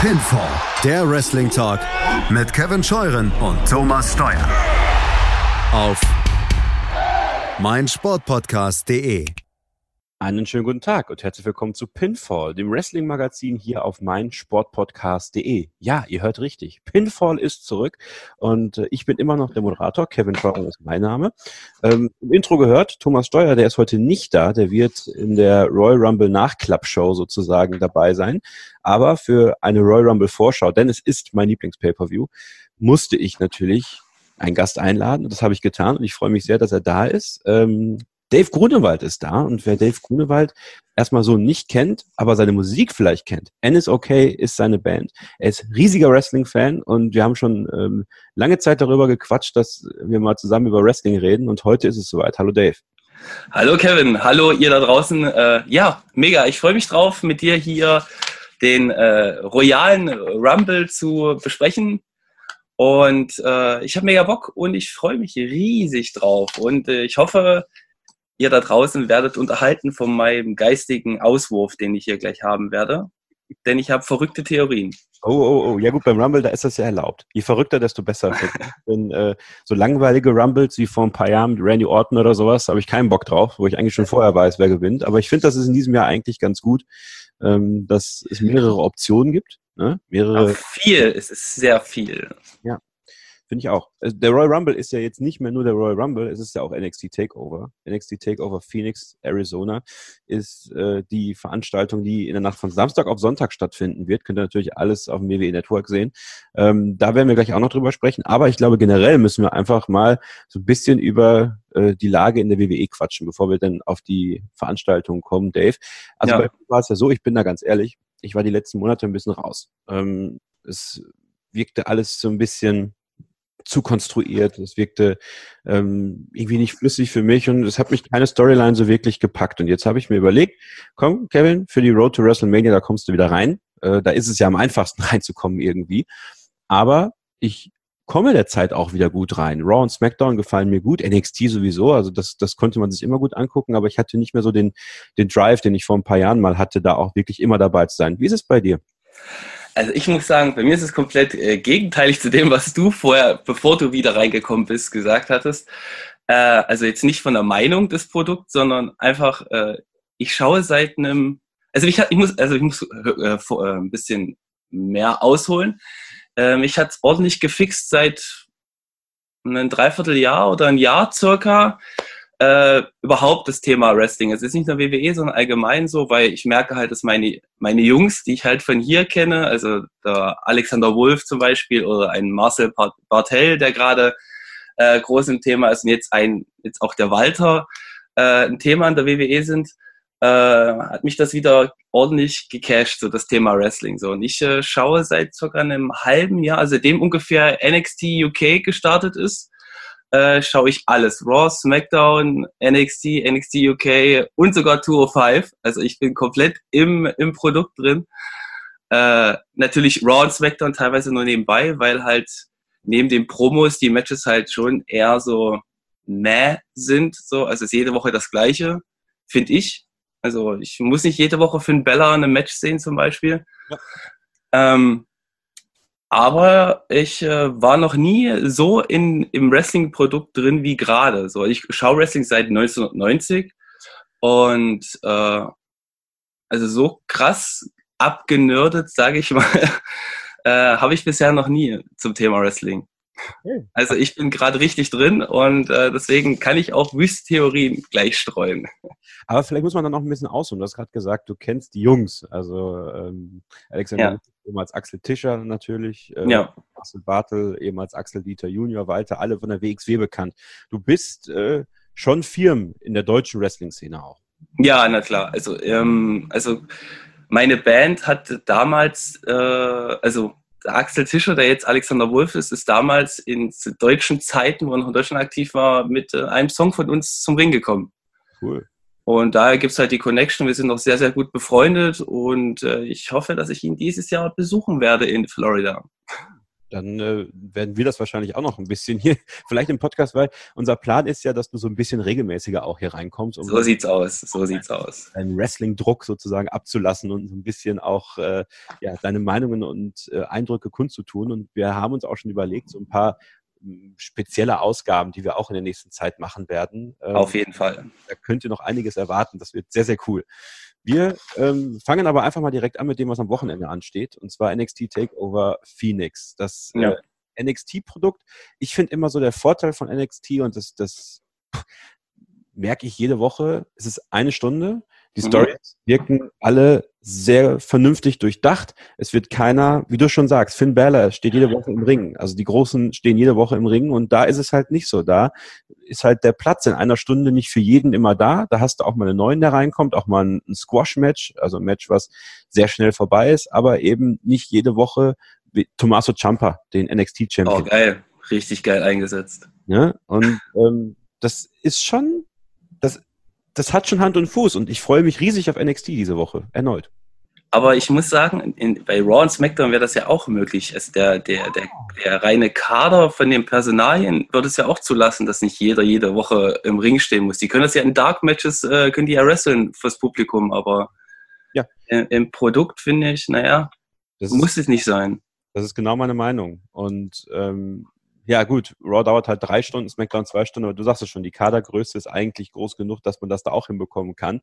Pinfall, der Wrestling Talk mit Kevin Scheuren und Thomas Steuer. Auf meinsportpodcast.de. Einen schönen guten Tag und herzlich willkommen zu Pinfall, dem Wrestling-Magazin hier auf meinsportpodcast.de. Ja, ihr hört richtig. Pinfall ist zurück und ich bin immer noch der Moderator. Kevin Scheuren ist mein Name. Im Intro gehört, Thomas Steuer, der ist heute nicht da. Der wird in der Royal Rumble Nachklappshow sozusagen dabei sein. Aber für eine Royal Rumble Vorschau, denn es ist mein Lieblings-Pay-Per-View, musste ich natürlich einen Gast einladen. Das habe ich getan und ich freue mich sehr, dass er da ist. Dave Grunewald ist da und wer Dave Grunewald erstmal so nicht kennt, aber seine Musik vielleicht kennt, NSOK ist seine Band. Er ist riesiger Wrestling-Fan und wir haben schon lange Zeit darüber gequatscht, dass wir mal zusammen über Wrestling reden und heute ist es soweit. Hallo Dave. Hallo Kevin, hallo ihr da draußen. Ja, mega, ich freue mich drauf, mit dir hier den royalen Rumble zu besprechen. Und ich habe mega Bock und ich freue mich riesig drauf und ich hoffe, ihr da draußen werdet unterhalten von meinem geistigen Auswurf, den ich hier gleich haben werde. Denn ich habe verrückte Theorien. Oh. Ja gut, beim Rumble, da ist das ja erlaubt. Je verrückter, desto besser. Denn so langweilige Rumbles wie vor ein paar Jahren mit Randy Orton oder sowas, habe ich keinen Bock drauf, wo ich eigentlich schon vorher weiß, wer gewinnt. Aber ich finde, das ist in diesem Jahr eigentlich ganz gut, dass es mehrere Optionen gibt. Ne? Es ist sehr viel. Ja. Finde ich auch. Der Royal Rumble ist ja jetzt nicht mehr nur der Royal Rumble, es ist ja auch NXT Takeover. NXT Takeover Phoenix, Arizona ist die Veranstaltung, die in der Nacht von Samstag auf Sonntag stattfinden wird. Könnt ihr natürlich alles auf dem WWE Network sehen. Da werden wir gleich auch noch drüber sprechen. Aber ich glaube, generell müssen wir einfach mal so ein bisschen über die Lage in der WWE quatschen, bevor wir dann auf die Veranstaltung kommen, Dave. Also bei mir war es ja so, ich bin da ganz ehrlich, ich war die letzten Monate ein bisschen raus. Es wirkte alles so ein bisschen zu konstruiert. Es wirkte irgendwie nicht flüssig für mich und es hat mich keine Storyline so wirklich gepackt. Und jetzt habe ich mir überlegt, komm, Kevin, für die Road to WrestleMania, da kommst du wieder rein. Da ist es ja am einfachsten reinzukommen irgendwie. Aber ich komme derzeit auch wieder gut rein. Raw und SmackDown gefallen mir gut, NXT sowieso, also das konnte man sich immer gut angucken, aber ich hatte nicht mehr so den Drive, den ich vor ein paar Jahren mal hatte, da auch wirklich immer dabei zu sein. Wie ist es bei dir? Also ich muss sagen, bei mir ist es komplett gegenteilig zu dem, was du vorher, bevor du wieder reingekommen bist, gesagt hattest. Also jetzt nicht von der Meinung des Produkts, sondern einfach, ich schaue seit einem, ich muss ein bisschen mehr ausholen. Ich hatte es ordentlich gefixt seit einem Dreivierteljahr oder ein Jahr circa. Überhaupt das Thema Wrestling. Es ist nicht nur WWE, sondern allgemein so, weil ich merke halt, dass meine Jungs, die ich halt von hier kenne, also der Alexander Wolf zum Beispiel oder ein Marcel Bartel, der gerade groß im Thema ist und jetzt auch der Walter ein Thema in der WWE sind, hat mich das wieder ordentlich gecasht, so das Thema Wrestling. So. Und ich schaue seit circa einem halben Jahr, also seitdem ungefähr NXT UK gestartet ist, schaue ich alles. Raw, SmackDown, NXT UK und sogar 205. Also ich bin komplett im Produkt drin. Natürlich Raw und SmackDown teilweise nur nebenbei, weil halt neben den Promos die Matches halt schon eher so sind. So. Also es ist jede Woche das Gleiche, finde ich. Also ich muss nicht jede Woche Finn Balor in einem Match sehen zum Beispiel. Ja. Aber ich war noch nie so im Wrestling-Produkt drin wie gerade. So, ich schaue Wrestling seit 1990 und also so krass abgenördet, sage ich mal, habe ich bisher noch nie zum Thema Wrestling. Okay. Also ich bin gerade richtig drin und deswegen kann ich auch Wüsttheorien gleich streuen. Aber vielleicht muss man dann noch ein bisschen ausholen. Du hast gerade gesagt, du kennst die Jungs. Also Alexander ehemals Axel Tischer natürlich, Marcel Bartel, ehemals Axel Dieter Junior, Walter, alle von der WXW bekannt. Du bist schon firm in der deutschen Wrestling-Szene auch. Ja, na klar. Also meine Band hat damals, der Axel Tischer, der jetzt Alexander Wolf ist damals in deutschen Zeiten, wo er noch in Deutschland aktiv war, mit einem Song von uns zum Ring gekommen. Cool. Und daher gibt es halt die Connection. Wir sind noch sehr, sehr gut befreundet und ich hoffe, dass ich ihn dieses Jahr besuchen werde in Florida. Dann werden wir das wahrscheinlich auch noch ein bisschen hier, vielleicht im Podcast, weil unser Plan ist ja, dass du so ein bisschen regelmäßiger auch hier reinkommst, So sieht's aus. deinen Wrestling-Druck sozusagen abzulassen und so ein bisschen auch deine Meinungen und Eindrücke kundzutun. Und wir haben uns auch schon überlegt, so ein paar spezielle Ausgaben, die wir auch in der nächsten Zeit machen werden. Auf jeden Fall. Da könnt ihr noch einiges erwarten. Das wird sehr, sehr cool. Wir fangen aber einfach mal direkt an mit dem, was am Wochenende ansteht. Und zwar NXT TakeOver Phoenix. Das NXT-Produkt. Ich finde immer so der Vorteil von NXT, und das merke ich jede Woche, es ist eine Stunde. Die Storys wirken alle sehr vernünftig durchdacht. Es wird keiner, wie du schon sagst, Finn Balor steht jede Woche im Ring. Also die Großen stehen jede Woche im Ring und da ist es halt nicht so. Da ist halt der Platz in einer Stunde nicht für jeden immer da. Da hast du auch mal einen neuen, der reinkommt, auch mal ein Squash-Match, also ein Match, was sehr schnell vorbei ist, aber eben nicht jede Woche wie Tommaso Ciampa, den NXT-Champion. Oh, geil. Richtig geil eingesetzt. Ja, und das ist schon, das hat schon Hand und Fuß und ich freue mich riesig auf NXT diese Woche, erneut. Aber ich muss sagen, bei Raw und SmackDown wäre das ja auch möglich. Also der reine Kader von den Personalien würde es ja auch zulassen, dass nicht jeder jede Woche im Ring stehen muss. Die können das ja in Dark Matches, können die ja wresteln fürs Publikum, aber im Produkt finde ich, muss es nicht sein. Das ist genau meine Meinung. Und ja gut, Raw dauert halt 3 Stunden, SmackDown 2 Stunden, aber du sagst es schon, die Kadergröße ist eigentlich groß genug, dass man das da auch hinbekommen kann.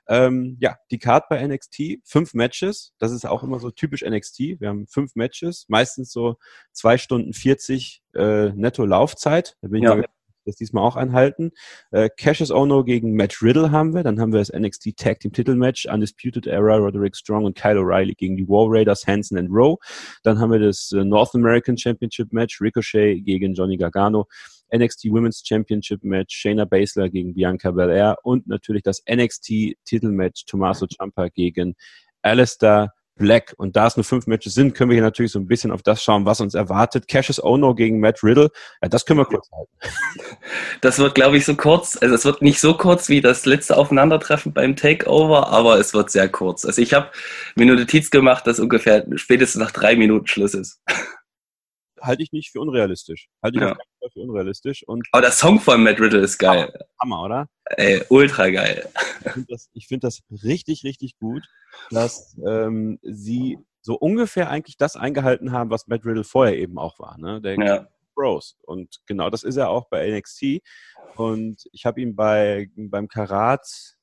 Die Card bei NXT, 5 Matches, das ist auch immer so typisch NXT. Wir haben 5 Matches, meistens so 2 Stunden 40 netto Laufzeit. Da bin ich mal gespannt, das diesmal auch einhalten. Cassius Ohno gegen Matt Riddle haben wir. Dann haben wir das NXT Tag Team Titelmatch, Undisputed Era, Roderick Strong und Kyle O'Reilly gegen die War Raiders, Hanson and Rowe. Dann haben wir das North American Championship Match, Ricochet gegen Johnny Gargano. NXT Women's Championship Match, Shayna Baszler gegen Bianca Belair und natürlich das NXT Titelmatch, Tommaso Ciampa gegen Aleister Black. Und da es nur 5 Matches sind, können wir hier natürlich so ein bisschen auf das schauen, was uns erwartet. Cassius Ohno gegen Matt Riddle. Ja, das können wir kurz halten. Das wird, glaube ich, so kurz. Also es wird nicht so kurz wie das letzte Aufeinandertreffen beim Takeover, aber es wird sehr kurz. Also ich habe mir eine Notiz gemacht, dass ungefähr spätestens nach 3 Minuten Schluss ist. Halte ich nicht für unrealistisch. Halte ich auf jeden Fall für unrealistisch. Und aber der Song von Matt Riddle ist geil. Hammer, oder? Ey, ultra geil. Ich finde das richtig, richtig gut, dass sie so ungefähr eigentlich das eingehalten haben, was Matt Riddle vorher eben auch war. Ne? Der Bros. Und genau das ist er auch bei NXT. Und ich habe ihn beim Karat,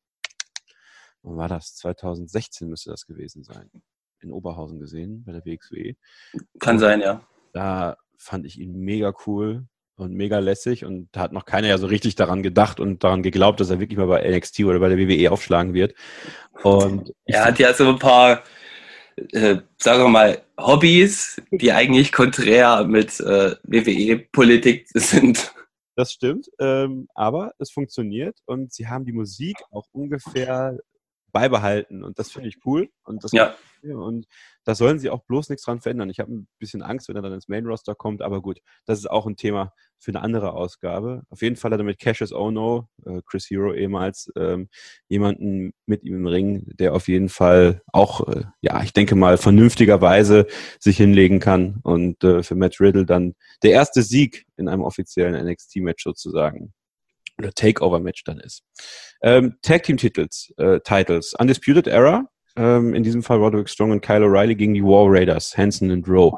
wann war das? 2016 müsste das gewesen sein. In Oberhausen gesehen, bei der WXW. Kann sein, ja. Da fand ich ihn mega cool und mega lässig und da hat noch keiner ja so richtig daran gedacht und daran geglaubt, dass er wirklich mal bei NXT oder bei der WWE aufschlagen wird. Und er hat ja so ein paar, sagen wir mal, Hobbys, die eigentlich konträr mit WWE-Politik sind. Das stimmt, aber es funktioniert und sie haben die Musik auch ungefähr beibehalten und das finde ich cool und da sollen sie auch bloß nichts dran verändern. Ich habe ein bisschen Angst, wenn er dann ins Main-Roster kommt, aber gut, das ist auch ein Thema für eine andere Ausgabe. Auf jeden Fall hat er mit Cassius Ohno, Chris Hero ehemals, jemanden mit ihm im Ring, der auf jeden Fall auch, ich denke mal, vernünftigerweise sich hinlegen kann und für Matt Riddle dann der erste Sieg in einem offiziellen NXT-Match sozusagen oder Takeover-Match dann ist. Tag-Team-Titles, Undisputed Era, in diesem Fall Roderick Strong und Kyle O'Reilly gegen die War Raiders, Hanson and Rowe.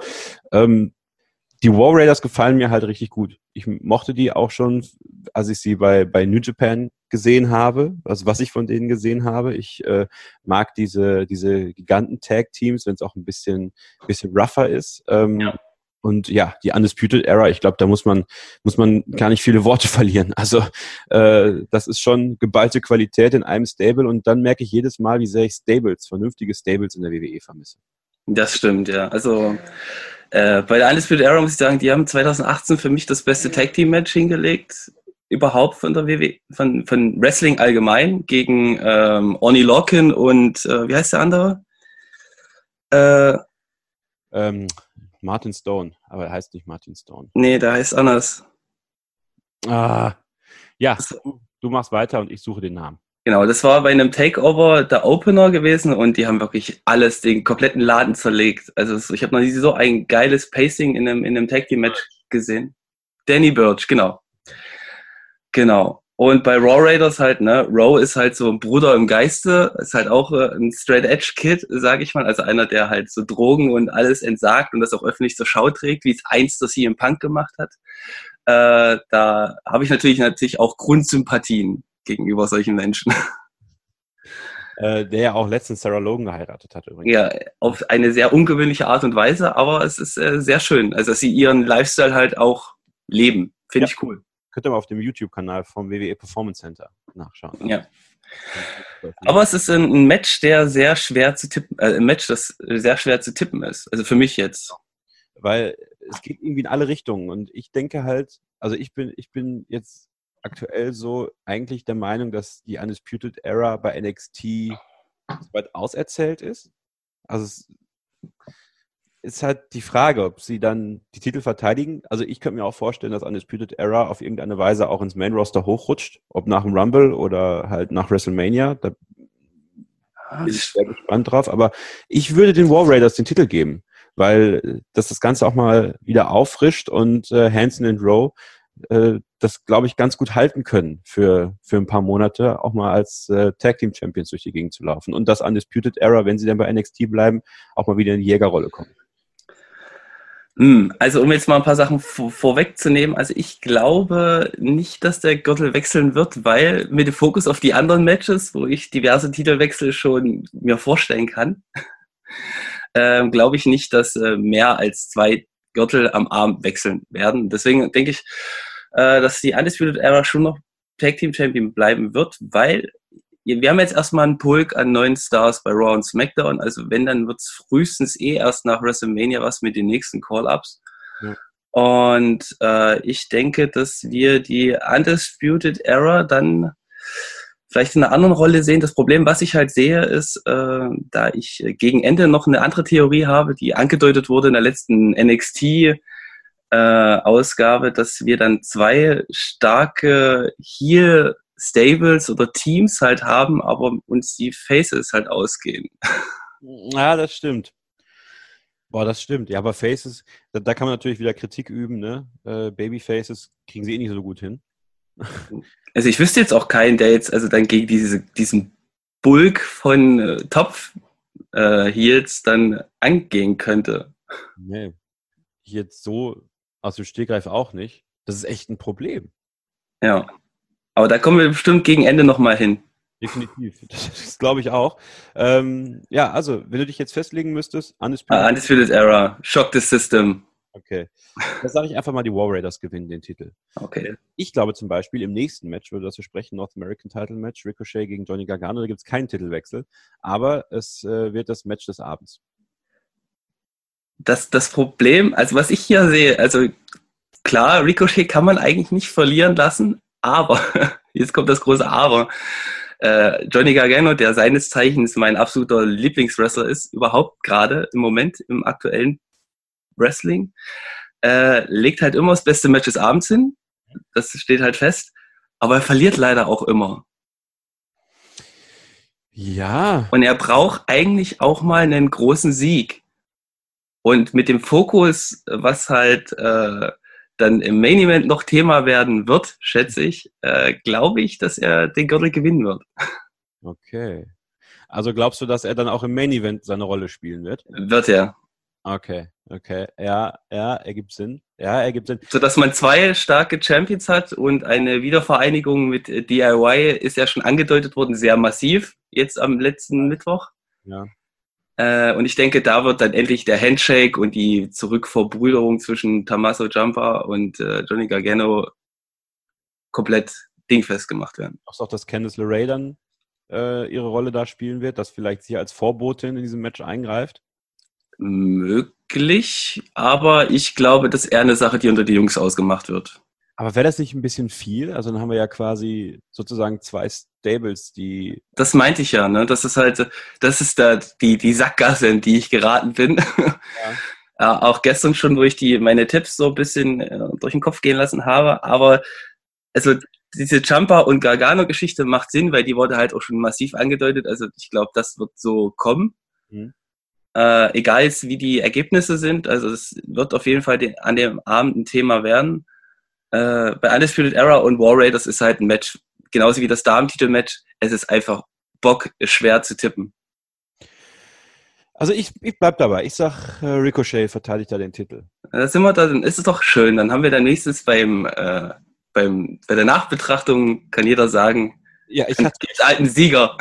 Die War Raiders gefallen mir halt richtig gut. Ich mochte die auch schon, als ich sie bei New Japan gesehen habe, also was ich von denen gesehen habe. Ich mag diese Giganten-Tag-Teams, wenn es auch ein bisschen rougher ist. Und ja, die Undisputed Era, ich glaube, da muss man gar nicht viele Worte verlieren. Also das ist schon geballte Qualität in einem Stable und dann merke ich jedes Mal, wie sehr ich vernünftige Stables in der WWE vermisse. Das stimmt, ja. Also bei der Undisputed Era muss ich sagen, die haben 2018 für mich das beste Tag-Team-Match hingelegt, überhaupt von der WWE, von Wrestling allgemein, gegen Oney Lorcan und wie heißt der andere? Martin Stone, aber er heißt nicht Martin Stone. Nee, der heißt anders. Ja, du machst weiter und ich suche den Namen. Genau, das war bei einem Takeover der Opener gewesen und die haben wirklich alles, den kompletten Laden zerlegt. Also ich habe noch nie so ein geiles Pacing in einem Tag Team Match gesehen. Danny Burch, genau. Genau. Und bei Raw Raiders halt, ne, Raw ist halt so ein Bruder im Geiste, ist halt auch ein Straight Edge Kid, sage ich mal, also einer, der halt so Drogen und alles entsagt und das auch öffentlich zur Schau trägt, wie es einst der CM Punk gemacht hat. Da habe ich natürlich auch Grundsympathien gegenüber solchen Menschen. Der ja auch letztens Sarah Logan geheiratet hat übrigens. Ja, auf eine sehr ungewöhnliche Art und Weise, aber es ist sehr schön, also dass sie ihren Lifestyle halt auch leben. Finde ich cool. Könnt ihr mal auf dem YouTube-Kanal vom WWE Performance Center nachschauen. Ja. Aber es ist ein Match, der sehr schwer zu tippen, ein Match, das sehr schwer zu tippen ist. Also für mich jetzt. Weil es geht irgendwie in alle Richtungen. Und ich denke halt, also ich bin jetzt aktuell so eigentlich der Meinung, dass die Undisputed Era bei NXT weit auserzählt ist. Also es ist halt die Frage, ob sie dann die Titel verteidigen. Also ich könnte mir auch vorstellen, dass Undisputed Era auf irgendeine Weise auch ins Main Roster hochrutscht, ob nach dem Rumble oder halt nach WrestleMania. Da bin ich sehr gespannt drauf. Aber ich würde den War Raiders den Titel geben, weil das Ganze auch mal wieder auffrischt und Hanson und Rowe das, glaube ich, ganz gut halten können für ein paar Monate, auch mal als Tag Team Champions durch die Gegend zu laufen. Und dass Undisputed Era, wenn sie dann bei NXT bleiben, auch mal wieder in die Jägerrolle kommen. Also um jetzt mal ein paar Sachen vorwegzunehmen, also ich glaube nicht, dass der Gürtel wechseln wird, weil mit dem Fokus auf die anderen Matches, wo ich diverse Titelwechsel schon mir vorstellen kann, glaube ich nicht, dass mehr als 2 Gürtel am Arm wechseln werden. Deswegen denke ich, dass die Undisputed Era schon noch Tag Team Champion bleiben wird, weil wir haben jetzt erstmal einen Pulk an 9 Stars bei Raw und SmackDown, also wenn, dann wird es frühestens erst nach WrestleMania was mit den nächsten Call-Ups. Ja. Und ich denke, dass wir die Undisputed Era dann vielleicht in einer anderen Rolle sehen. Das Problem, was ich halt sehe, ist, da ich gegen Ende noch eine andere Theorie habe, die angedeutet wurde in der letzten NXT Ausgabe, dass wir dann 2 starke Heel-Stables oder Teams halt haben, aber uns die Faces halt ausgehen. Ja, das stimmt. Boah, das stimmt. Ja, aber Faces, da kann man natürlich wieder Kritik üben, ne? Babyfaces kriegen sie eh nicht so gut hin. Also ich wüsste jetzt auch keinen, der jetzt also dann gegen diesen Bulk von Top-Heels dann angehen könnte. Nee. Jetzt so aus dem Stegreif auch nicht. Das ist echt ein Problem. Ja. Aber da kommen wir bestimmt gegen Ende nochmal hin. Definitiv. Das glaube ich auch. Ja, also, wenn du dich jetzt festlegen müsstest, Undisputed Era, Shock the System. Okay. Das sage ich einfach mal, die War Raiders gewinnen den Titel. Okay. Ich glaube zum Beispiel, im nächsten Match, würde das besprechen, North American Title Match, Ricochet gegen Johnny Gargano, da gibt es keinen Titelwechsel, aber es wird das Match des Abends. Das Problem, also was ich hier sehe, also klar, Ricochet kann man eigentlich nicht verlieren lassen, aber, jetzt kommt das große Aber, Johnny Gargano, der seines Zeichens mein absoluter Lieblingswrestler ist, überhaupt gerade im Moment im aktuellen Wrestling, legt halt immer das beste Match des Abends hin, das steht halt fest, aber er verliert leider auch immer. Ja. Und er braucht eigentlich auch mal einen großen Sieg. Und mit dem Fokus, was halt dann im Main Event noch Thema werden wird, schätze ich, glaube ich, dass er den Gürtel gewinnen wird. Okay. Also glaubst du, dass er dann auch im Main Event seine Rolle spielen wird? Wird er. Okay. Ja, ergibt Sinn. Ja, ergibt Sinn. Sodass man 2 starke Champions hat und eine Wiedervereinigung mit DIY ist ja schon angedeutet worden, sehr massiv, jetzt am letzten Mittwoch. Ja. Und ich denke, da wird dann endlich der Handshake und die Zurückverbrüderung zwischen Tommaso Ciampa und Johnny Gargano komplett dingfest gemacht werden. Glaubst du auch, dass Candice LeRae dann ihre Rolle da spielen wird, dass vielleicht sie als Vorbotin in diesem Match eingreift? Möglich, aber ich glaube, das ist eher eine Sache, die unter die Jungs ausgemacht wird. Aber wäre das nicht ein bisschen viel? Also dann haben wir ja quasi sozusagen 2 Stables, die... Das meinte ich ja, ne? Das ist halt, das ist da die Sackgasse, in die ich geraten bin. Ja. Auch gestern schon, wo ich meine Tipps so ein bisschen durch den Kopf gehen lassen habe. Aber also diese Ciampa und Gargano-Geschichte macht Sinn, weil die wurde halt auch schon massiv angedeutet. Also ich glaube, das wird so kommen. Mhm. Egal jetzt, wie die Ergebnisse sind. Also es wird auf jeden Fall an dem Abend ein Thema werden. Bei Undisputed Era und War Raiders ist halt ein Match, genauso wie das Damen-Titel-Match. Es ist einfach schwer zu tippen. Also ich bleib dabei. Ich sag, Ricochet verteidigt da den Titel. Da sind wir da, dann ist es doch schön. Dann haben wir dann nächstes bei der Nachbetrachtung, kann jeder sagen, ja, ich hatte den alten Sieger.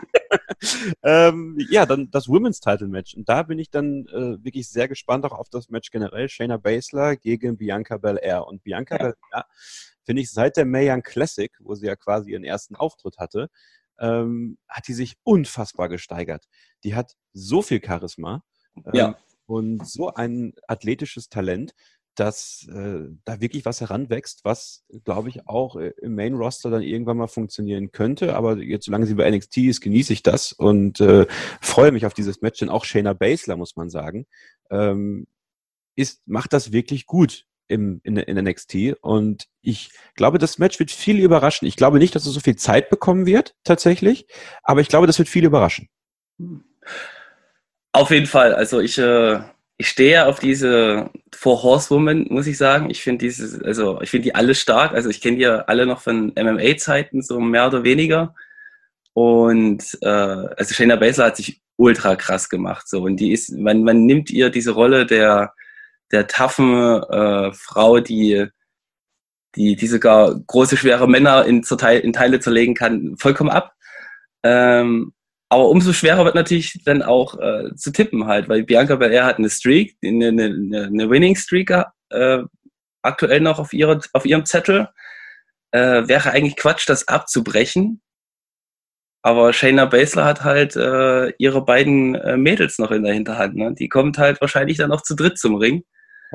ja, dann das Women's Title Match. Und da bin ich dann wirklich sehr gespannt auch auf das Match generell. Shayna Baszler gegen Bianca Belair. Und Bianca Belair, finde ich, seit der Mae Young Classic, wo sie ja quasi ihren ersten Auftritt hatte, hat die sich unfassbar gesteigert. Die hat so viel Charisma und so ein athletisches Talent, dass da wirklich was heranwächst, was, glaube ich, auch im Main-Roster dann irgendwann mal funktionieren könnte. Aber jetzt, solange sie bei NXT ist, genieße ich das und freue mich auf dieses Match. Denn auch Shayna Baszler, muss man sagen, macht das wirklich gut in NXT. Und ich glaube, das Match wird viel überraschen. Ich glaube nicht, dass es so viel Zeit bekommen wird, tatsächlich. Aber ich glaube, das wird viel überraschen. Auf jeden Fall. Also ich stehe auf diese Four Horsewomen, muss ich sagen. Ich finde die alle stark. Also ich kenne die ja alle noch von MMA-Zeiten, so mehr oder weniger. Und also Shayna Baszler hat sich ultra krass gemacht. So. Und die ist, man nimmt ihr diese Rolle der taffen Frau, die sogar große, schwere Männer in Teile zerlegen kann, vollkommen ab. Aber umso schwerer wird natürlich dann auch zu tippen halt, weil Bianca Belair hat eine Streak, eine Winning Streak aktuell noch auf ihrem Zettel. Wäre eigentlich Quatsch, das abzubrechen. Aber Shayna Baszler hat halt ihre beiden Mädels noch in der Hinterhand. Ne? Die kommt halt wahrscheinlich dann noch zu dritt zum Ring. Ja.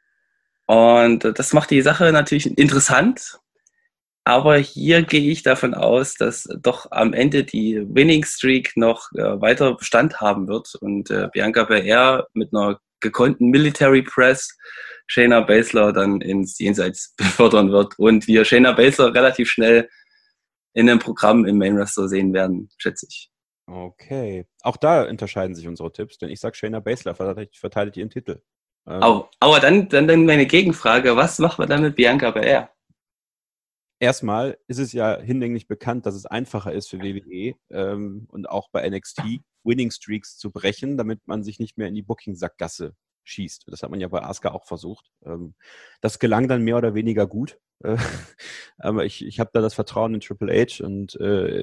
Und das macht die Sache natürlich interessant. Aber hier gehe ich davon aus, dass doch am Ende die Winning Streak noch weiter Bestand haben wird und Bianca Belair mit einer gekonnten Military Press Shayna Baszler dann ins Jenseits befördern wird und wir Shayna Baszler relativ schnell in einem Programm im Main Roster sehen werden, schätze ich. Okay. Auch da unterscheiden sich unsere Tipps, denn ich sage, Shayna Baszler verteidigt ihren Titel. Aber dann meine Gegenfrage, was macht man dann mit Bianca Belair? Erstmal ist es ja hinlänglich bekannt, dass es einfacher ist für WWE und auch bei NXT Winning Streaks zu brechen, damit man sich nicht mehr in die Booking-Sackgasse schießt. Das hat man ja bei Asuka auch versucht. Das gelang dann mehr oder weniger gut. Aber ich habe da das Vertrauen in Triple H und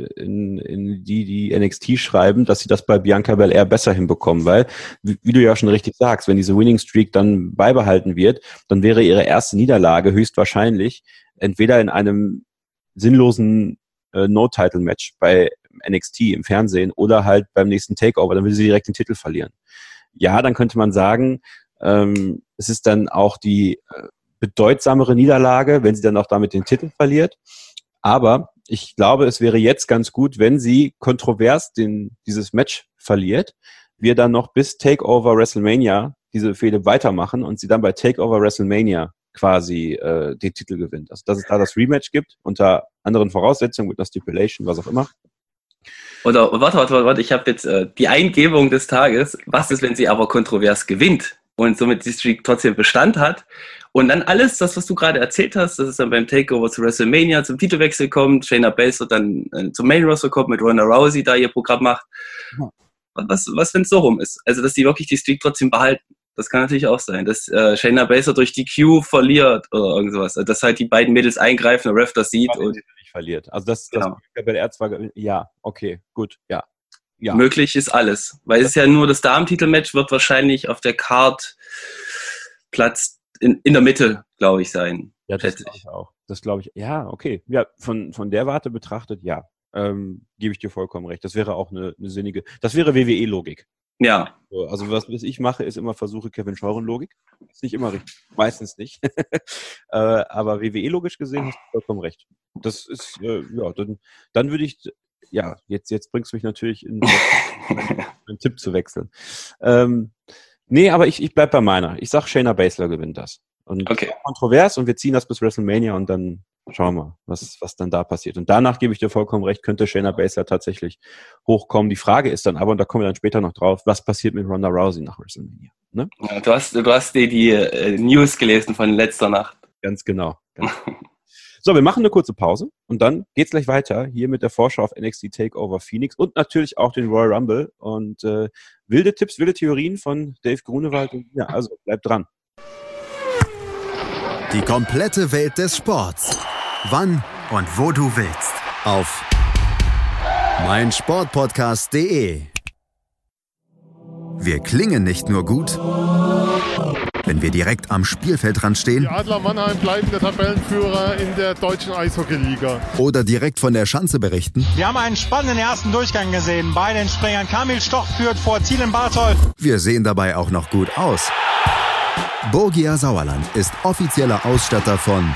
in die NXT schreiben, dass sie das bei Bianca Belair besser hinbekommen, weil, wie du ja schon richtig sagst, wenn diese Winning Streak dann beibehalten wird, dann wäre ihre erste Niederlage höchstwahrscheinlich entweder in einem sinnlosen No-Title-Match bei NXT im Fernsehen oder halt beim nächsten Takeover, dann würde sie direkt den Titel verlieren. Ja, dann könnte man sagen, es ist dann auch die bedeutsamere Niederlage, wenn sie dann auch damit den Titel verliert. Aber ich glaube, es wäre jetzt ganz gut, wenn sie kontrovers dieses Match verliert, wir dann noch bis Takeover WrestleMania diese Fehde weitermachen und sie dann bei Takeover WrestleMania quasi den Titel gewinnt. Also dass es da das Rematch gibt, unter anderen Voraussetzungen, mit einer Stipulation, was auch immer. Oder warte, ich habe jetzt die Eingebung des Tages. Was ist, wenn sie aber kontrovers gewinnt und somit die Streak trotzdem Bestand hat und dann alles, das, was du gerade erzählt hast, dass es dann beim Takeover zu WrestleMania zum Titelwechsel kommt, Shayna Baszler dann zum Main Roster kommt, mit Ronda Rousey da ihr Programm macht. Ja. Was wenn es so rum ist? Also, dass die wirklich die Streak trotzdem behalten. Das kann natürlich auch sein, dass Shayna Baszler durch die Q verliert oder irgend sowas. Dass halt die beiden Mädels eingreifen, der Ref das sieht und nicht verliert. Also das Belair zwar, ja, okay, gut, ja. Möglich ist alles, weil es ist ja nur das Damen-Titel-Match wird wahrscheinlich auf der Card Platz in der Mitte, glaube ich, sein. Ja, das glaube ich auch. Das glaube ich, ja, okay. Ja, von der Warte betrachtet, ja, gebe ich dir vollkommen recht. Das wäre auch eine sinnige, das wäre WWE-Logik. Ja. Also was ich mache, ist immer versuche Kevin Scheuren-Logik. Ist nicht immer richtig, meistens nicht. Aber WWE-logisch gesehen hast du vollkommen recht. Das ist, dann würde ich, ja, jetzt bringst du mich natürlich in einen Tipp zu wechseln. Nee, aber ich bleib bei meiner. Ich sag, Shayna Baszler gewinnt das. Und kontrovers und wir ziehen das bis WrestleMania und dann Schauen wir mal, was dann da passiert. Und danach gebe ich dir vollkommen recht, könnte Shayna Baszler tatsächlich hochkommen. Die Frage ist dann aber, und da kommen wir dann später noch drauf, was passiert mit Ronda Rousey nach WrestleMania? Ne? Ja, du hast dir die News gelesen von letzter Nacht. Ganz genau. So, wir machen eine kurze Pause und dann geht's gleich weiter hier mit der Vorschau auf NXT TakeOver Phoenix und natürlich auch den Royal Rumble und wilde Tipps, wilde Theorien von Dave Grunewald. Und ja, also bleibt dran. Die komplette Welt des Sports. Wann und wo du willst. Auf meinsportpodcast.de. Wir klingen nicht nur gut, wenn wir direkt am Spielfeldrand stehen. Die Adler Mannheim bleiben der Tabellenführer in der deutschen Eishockeyliga. Oder direkt von der Schanze berichten. Wir haben einen spannenden ersten Durchgang gesehen. Bei den Springern Kamil Stoch führt vor Zielen Barthold. Wir sehen dabei auch noch gut aus. Borgia Sauerland ist offizieller Ausstatter von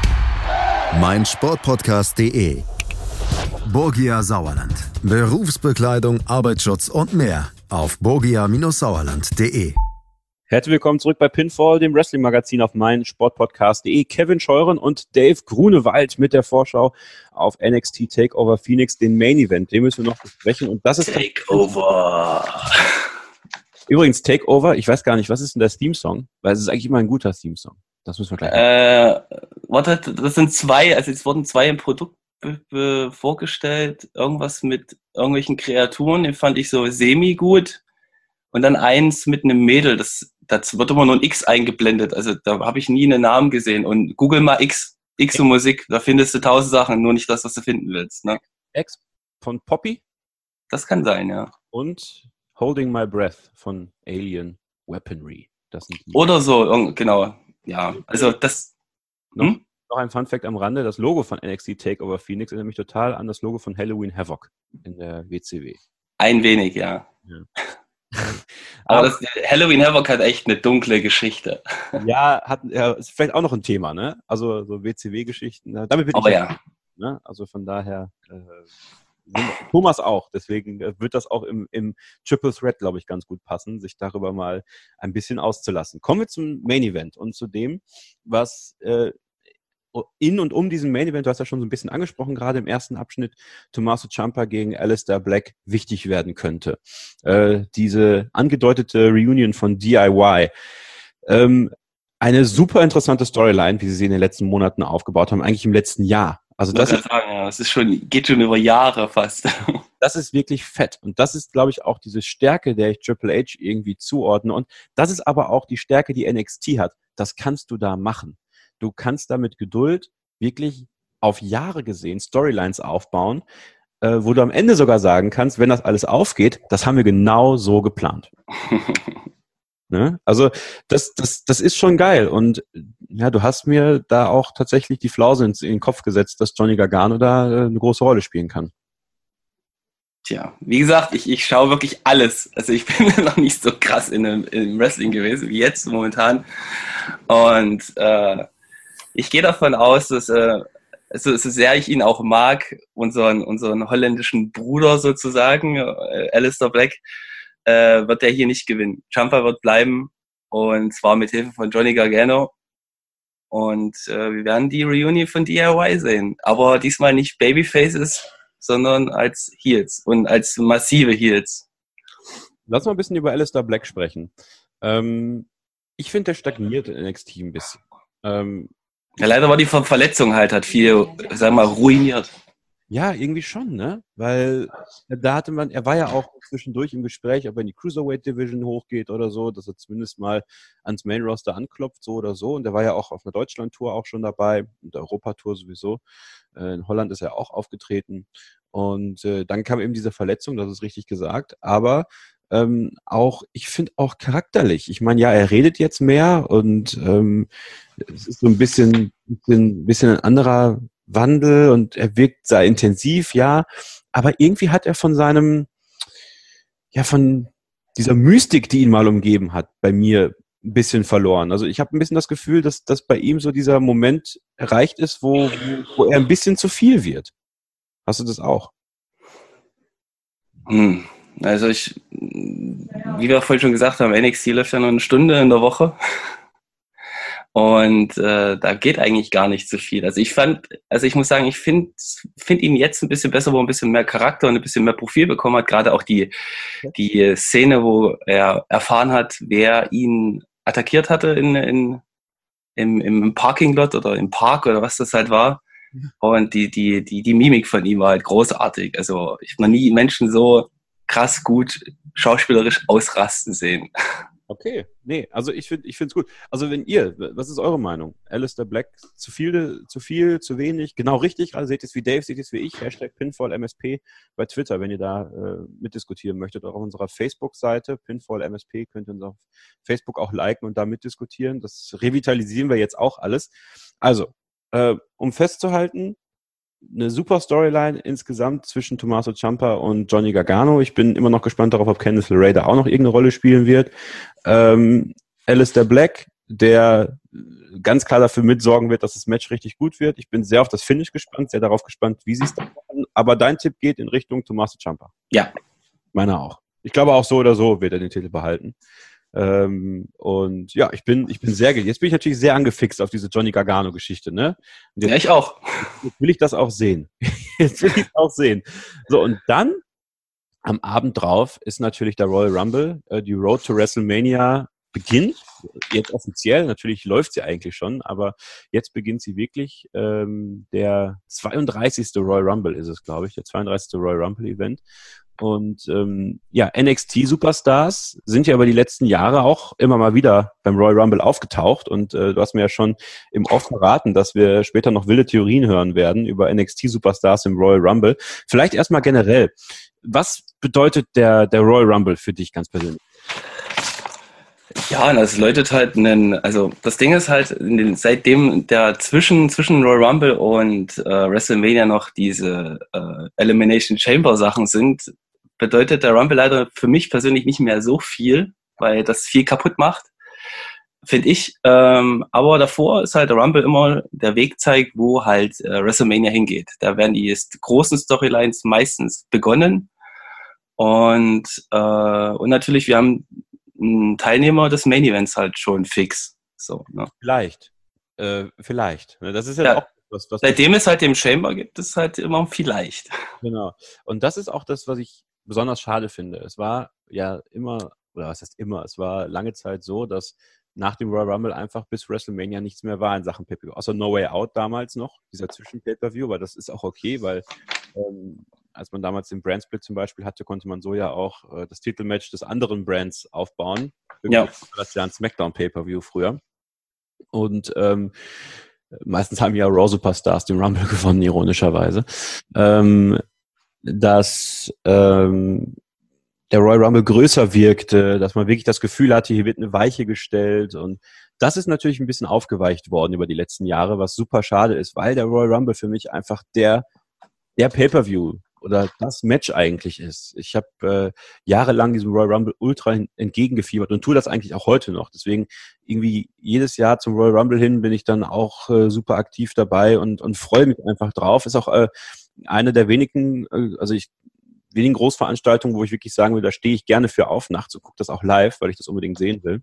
meinsportpodcast.de. Borgia Sauerland. Berufsbekleidung, Arbeitsschutz und mehr auf borgia-sauerland.de. Herzlich willkommen zurück bei Pinfall, dem Wrestling-Magazin auf meinsportpodcast.de. Kevin Scheuren und Dave Grunewald mit der Vorschau auf NXT TakeOver Phoenix, den Main Event. Den müssen wir noch besprechen. Und das ist TakeOver. Übrigens, TakeOver, ich weiß gar nicht, was ist denn der Theme-Song? Weil es ist eigentlich immer ein guter Theme-Song. Das müssen wir gleich Warte, das sind zwei, also es wurden zwei im Produkt vorgestellt. Irgendwas mit irgendwelchen Kreaturen, den fand ich so semi-gut. Und dann eins mit einem Mädel, das wird immer nur ein X eingeblendet. Also da habe ich nie einen Namen gesehen. Und google mal X und Musik, da findest du 1000 Sachen, nur nicht das, was du finden willst. Ne? X von Poppy. Das kann sein, ja. Und Holding My Breath von Alien Weaponry. Das sind die. Oder so, genau. Ja, also das... Noch ein Funfact am Rande, das Logo von NXT TakeOver Phoenix erinnert mich total an das Logo von Halloween Havoc in der WCW. Ein wenig, ja. Aber das Halloween Havoc hat echt eine dunkle Geschichte. Ja, ist vielleicht auch noch ein Thema, ne? Also so WCW-Geschichten. Damit bin aber ja. Ne? Also von daher Thomas auch. Deswegen wird das auch im Triple Threat, glaube ich, ganz gut passen, sich darüber mal ein bisschen auszulassen. Kommen wir zum Main Event und zu dem, was in und um diesen Main Event, du hast ja schon so ein bisschen angesprochen, gerade im ersten Abschnitt, Tommaso Ciampa gegen Aleister Black wichtig werden könnte. Diese angedeutete Reunion von DIY. Eine super interessante Storyline, wie sie in den letzten Monaten aufgebaut haben, eigentlich im letzten Jahr. Also das ist, sagen, ja, das geht schon über Jahre fast. Das ist wirklich fett. Und das ist, glaube ich, auch diese Stärke, der ich Triple H irgendwie zuordne. Und das ist aber auch die Stärke, die NXT hat. Das kannst du da machen. Du kannst da mit Geduld wirklich auf Jahre gesehen Storylines aufbauen, wo du am Ende sogar sagen kannst, wenn das alles aufgeht, das haben wir genau so geplant. Ne? Also das ist schon geil. Und ja, du hast mir da auch tatsächlich die Flause in den Kopf gesetzt, dass Johnny Gargano da eine große Rolle spielen kann. Tja, wie gesagt, ich schaue wirklich alles. Also ich bin noch nicht so krass im Wrestling gewesen wie jetzt momentan. Und ich gehe davon aus, dass so sehr ich ihn auch mag, unseren holländischen Bruder sozusagen, Aleister Black, wird der hier nicht gewinnen. Ciampa wird bleiben und zwar mit Hilfe von Johnny Gargano. Und wir werden die Reunion von DIY sehen. Aber diesmal nicht Babyfaces, sondern als Heels und als massive Heels. Lass mal ein bisschen über Aleister Black sprechen. Ich finde, der stagniert in NXT ein bisschen. Ja, leider war die Verletzung hat viel, sagen wir mal, ruiniert. Ja, irgendwie schon, ne? Weil da hatte er war ja auch zwischendurch im Gespräch, ob er in die Cruiserweight Division hochgeht oder so, dass er zumindest mal ans Main Roster anklopft, so oder so. Und der war ja auch auf einer Deutschland-Tour auch schon dabei und der Europatour sowieso. In Holland ist er auch aufgetreten. Und dann kam eben diese Verletzung, das ist richtig gesagt. Aber auch, ich finde auch charakterlich. Ich meine, ja, er redet jetzt mehr und es ist so ein bisschen ein anderer Wandel und er wirkt sehr intensiv, ja, aber irgendwie hat er von dieser Mystik, die ihn mal umgeben hat, bei mir ein bisschen verloren. Also ich habe ein bisschen das Gefühl, dass bei ihm so dieser Moment erreicht ist, wo er ein bisschen zu viel wird. Hast du das auch? Also wie wir vorhin schon gesagt haben, NXT läuft ja nur eine Stunde in der Woche. Und da geht eigentlich gar nicht so viel. Also ich muss sagen, ich finde ihn jetzt ein bisschen besser, wo er ein bisschen mehr Charakter und ein bisschen mehr Profil bekommen hat. Gerade auch die Szene, wo er erfahren hat, wer ihn attackiert hatte im Parking-Lot oder im Park oder was das halt war. Und die Mimik von ihm war halt großartig. Also ich habe noch nie Menschen so krass gut schauspielerisch ausrasten sehen. Okay, nee, also ich finde es gut. Also was ist eure Meinung? Alistair Black, zu viel, zu wenig, genau richtig, also seht ihr es wie Dave, seht ihr es wie ich, Hashtag PinfallMSP bei Twitter, wenn ihr da mitdiskutieren möchtet. Auch auf unserer Facebook-Seite, PinfallMSP, könnt ihr uns auf Facebook auch liken und da mitdiskutieren. Das revitalisieren wir jetzt auch alles. Also, um festzuhalten, eine super Storyline insgesamt zwischen Tommaso Ciampa und Johnny Gargano. Ich bin immer noch gespannt darauf, ob Candice LeRae da auch noch irgendeine Rolle spielen wird. Alistair Black, der ganz klar dafür mitsorgen wird, dass das Match richtig gut wird. Ich bin sehr auf das Finish gespannt, sehr darauf gespannt, wie sie es dann machen. Aber dein Tipp geht in Richtung Tommaso Ciampa. Ja. Meiner auch. Ich glaube auch so oder so wird er den Titel behalten. Und ja, ich bin sehr, jetzt bin ich natürlich sehr angefixt auf diese Johnny Gargano-Geschichte, ne? Und jetzt, Ja, ich auch. Jetzt will ich das auch sehen. Jetzt will ich es auch sehen. So, und dann am Abend drauf ist natürlich der Royal Rumble. Die Road to WrestleMania beginnt. Jetzt offiziell, natürlich läuft sie eigentlich schon, aber jetzt beginnt sie wirklich. Der 32. Royal Rumble ist es, glaube ich, der 32. Royal Rumble Event. Und NXT-Superstars sind ja über die letzten Jahre auch immer mal wieder beim Royal Rumble aufgetaucht. Und du hast mir ja schon im Off verraten, dass wir später noch wilde Theorien hören werden über NXT-Superstars im Royal Rumble. Vielleicht erstmal generell. Was bedeutet der Royal Rumble für dich ganz persönlich? Ja, das läutet halt also das Ding ist halt, seitdem der zwischen Royal Rumble und WrestleMania noch diese Elimination Chamber Sachen sind, bedeutet der Rumble leider für mich persönlich nicht mehr so viel, weil das viel kaputt macht, finde ich. Aber davor ist halt der Rumble immer der Weg zeigt, wo halt WrestleMania hingeht. Da werden die großen Storylines meistens begonnen und natürlich, wir haben einen Teilnehmer des Main Events halt schon fix. So, ne? Vielleicht. Das ist ja auch was seitdem es halt den Chamber gibt, ist halt immer vielleicht. Genau. Und das ist auch das, was ich besonders schade finde. Es war ja immer, oder was heißt immer, es war lange Zeit so, dass nach dem Royal Rumble einfach bis WrestleMania nichts mehr war in Sachen Pay-Per-View. Außer No Way Out damals noch, dieser Zwischen-Pay-Per-View, aber das ist auch okay, weil als man damals den Brand-Split zum Beispiel hatte, konnte man so ja auch das Titelmatch des anderen Brands aufbauen. Ja. Das ja ein Smackdown-Pay-Per-View früher. Und meistens haben ja Raw Superstars den Rumble gewonnen, ironischerweise. Dass der Royal Rumble größer wirkte, dass man wirklich das Gefühl hatte, hier wird eine Weiche gestellt, und das ist natürlich ein bisschen aufgeweicht worden über die letzten Jahre, was super schade ist, weil der Royal Rumble für mich einfach der Pay-Per-View oder das Match eigentlich ist. Ich habe jahrelang diesem Royal Rumble ultra entgegengefiebert und tue das eigentlich auch heute noch. Deswegen irgendwie jedes Jahr zum Royal Rumble hin bin ich dann auch super aktiv dabei und freue mich einfach drauf. Ist auch eine der wenigen Großveranstaltungen, wo ich wirklich sagen will, da stehe ich gerne für auf nachts und gucke das auch live, weil ich das unbedingt sehen will.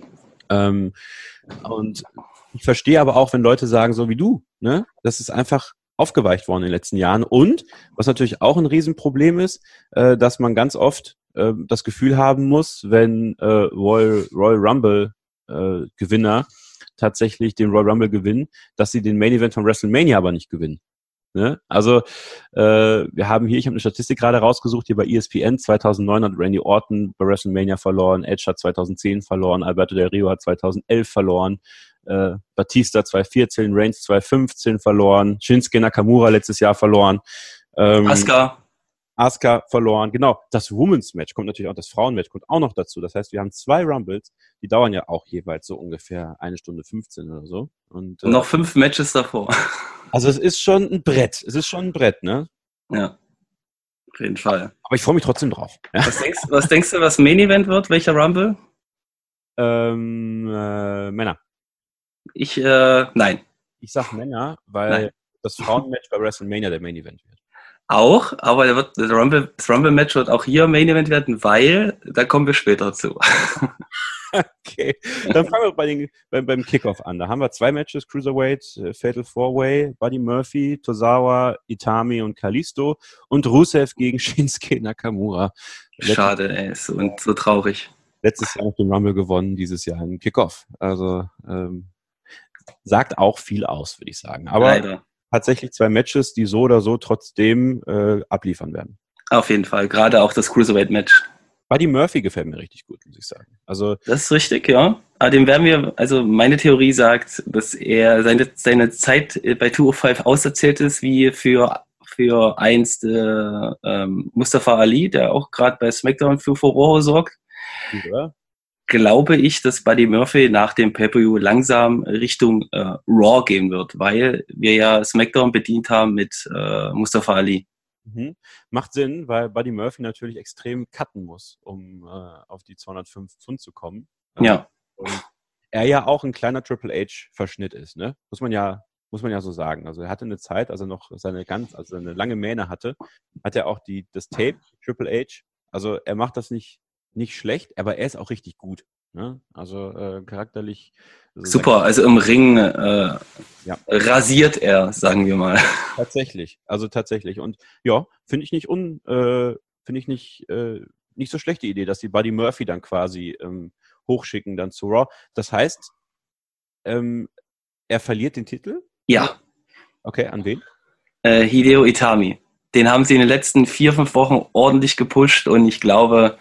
Und ich verstehe aber auch, wenn Leute sagen, so wie du, ne, das ist einfach aufgeweicht worden in den letzten Jahren. Und was natürlich auch ein Riesenproblem ist, dass man ganz oft das Gefühl haben muss, wenn Royal Rumble Gewinner tatsächlich den Royal Rumble gewinnen, dass sie den Main Event von WrestleMania aber nicht gewinnen. Ne? Also ich habe eine Statistik gerade rausgesucht, hier bei ESPN, 2009 hat Randy Orton bei WrestleMania verloren, Edge hat 2010 verloren, Alberto Del Rio hat 2011 verloren, Batista 2014, Reigns 2015 verloren, Shinsuke Nakamura letztes Jahr verloren, Asuka verloren, genau. Das Women's Match kommt natürlich auch, das Frauenmatch kommt auch noch dazu. Das heißt, wir haben 2 Rumbles, die dauern ja auch jeweils so ungefähr 1 Stunde 15 oder so. Und noch 5 Matches davor. Also es ist schon ein Brett. Ne? Ja, auf jeden Fall. Aber ich freue mich trotzdem drauf. Ja. Was denkst du, was Main Event wird? Welcher Rumble? Männer. Nein. Ich sag Männer, weil das Frauenmatch bei WrestleMania der Main Event wird. Auch, aber das Rumble-Match wird auch hier Main Event werden, weil, da kommen wir später zu. Okay, dann fangen wir beim Kickoff an. Da haben wir 2 Matches, Cruiserweight, Fatal 4-Way, Buddy Murphy, Tozawa, Itami und Kalisto und Rusev gegen Shinsuke Nakamura. Schade, ey, so traurig. Letztes Jahr noch den Rumble gewonnen, dieses Jahr ein Kickoff. Also sagt auch viel aus, würde ich sagen. Aber leider. Tatsächlich 2 Matches, die so oder so trotzdem abliefern werden. Auf jeden Fall, gerade auch das Cruiserweight-Match. Buddy Murphy gefällt mir richtig gut, muss ich sagen. Also, das ist richtig, ja. Aber dem werden wir, also meine Theorie sagt, dass er seine Zeit bei 205 auserzählt ist, wie für einst Mustafa Ali, der auch gerade bei SmackDown für Furore sorgt. ja. Glaube ich, dass Buddy Murphy nach dem Pay-Per-View langsam Richtung Raw gehen wird, weil wir ja SmackDown bedient haben mit Mustafa Ali. Mhm. Macht Sinn, weil Buddy Murphy natürlich extrem cutten muss, um auf die 205 Pfund zu kommen. Ja. Und er ja auch ein kleiner Triple H-Verschnitt ist, ne? Muss man ja so sagen. Also er hatte eine Zeit, als er noch seine lange Mähne hatte, hat er auch das Tape Triple H. Also er macht das nicht schlecht, aber er ist auch richtig gut. Ne? Also charakterlich. Super, also im Ring rasiert er, sagen wir mal. Tatsächlich. Und ja, finde ich nicht so schlechte Idee, dass die Buddy Murphy dann quasi hochschicken dann zu Raw. Das heißt, er verliert den Titel? Ja. Okay, an wen? Hideo Itami. Den haben sie in den letzten 4-5 Wochen ordentlich gepusht und ich glaube,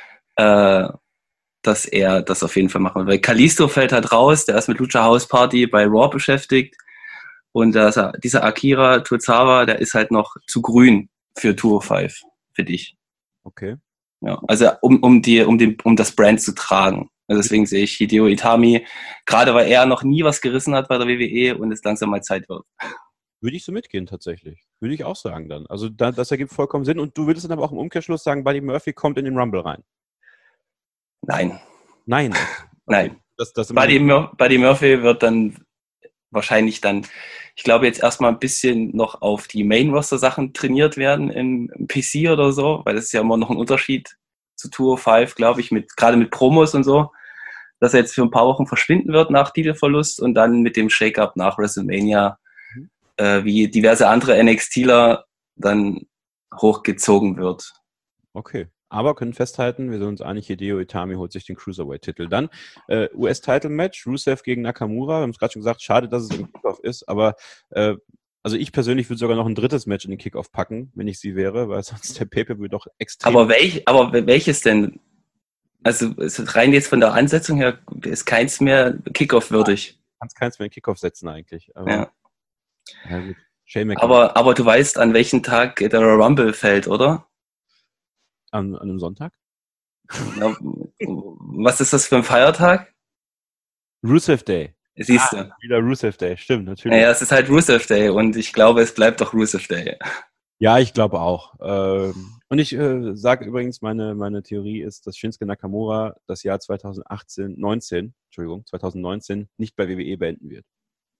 dass er das auf jeden Fall machen wird. Weil Kalisto fällt halt raus, der ist mit Lucha House Party bei Raw beschäftigt und dieser Akira Tozawa, der ist halt noch zu grün für 205, für dich. Okay. Ja, also um das Brand zu tragen. Also deswegen sehe ich Hideo Itami, gerade weil er noch nie was gerissen hat bei der WWE und es langsam mal Zeit wird. Würde ich so mitgehen, tatsächlich. Würde ich auch sagen dann. Also das ergibt vollkommen Sinn. Und du würdest dann aber auch im Umkehrschluss sagen, Buddy Murphy kommt in den Rumble rein. Nein. Nein. Okay. Nein. Buddy Murphy wird dann wahrscheinlich ich glaube jetzt erstmal ein bisschen noch auf die Main-Roster-Sachen trainiert werden im PC oder so, weil das ist ja immer noch ein Unterschied zu 205, glaube ich, gerade mit Promos und so, dass er jetzt für ein paar Wochen verschwinden wird nach Titelverlust und dann mit dem Shake-Up nach WrestleMania wie diverse andere NXTler dann hochgezogen wird. Okay. Aber können festhalten, wir sind uns einig, Hideo Itami holt sich den Cruiserweight-Titel. Dann US-Title-Match, Rusev gegen Nakamura. Wir haben es gerade schon gesagt, schade, dass es im Kickoff ist, aber also ich persönlich würde sogar noch ein drittes Match in den Kickoff packen, wenn ich sie wäre, weil sonst der Pay-Per-View doch extrem... Aber welches denn? Also rein jetzt von der Ansetzung her ist keins mehr Kickoff-würdig. Kannst keins mehr in Kickoff setzen eigentlich. Aber, ja. Ja gut. Aber du weißt, an welchen Tag der Rumble fällt, oder? An einem Sonntag? Ja, was ist das für ein Feiertag? Rusev Day. Siehst du. Wieder Rusev Day, stimmt, natürlich. Naja, es ist halt Rusev Day und ich glaube, es bleibt doch Rusev Day. Ja, ich glaube auch. Und ich sage übrigens, meine Theorie ist, dass Shinsuke Nakamura das Jahr 2019 nicht bei WWE beenden wird.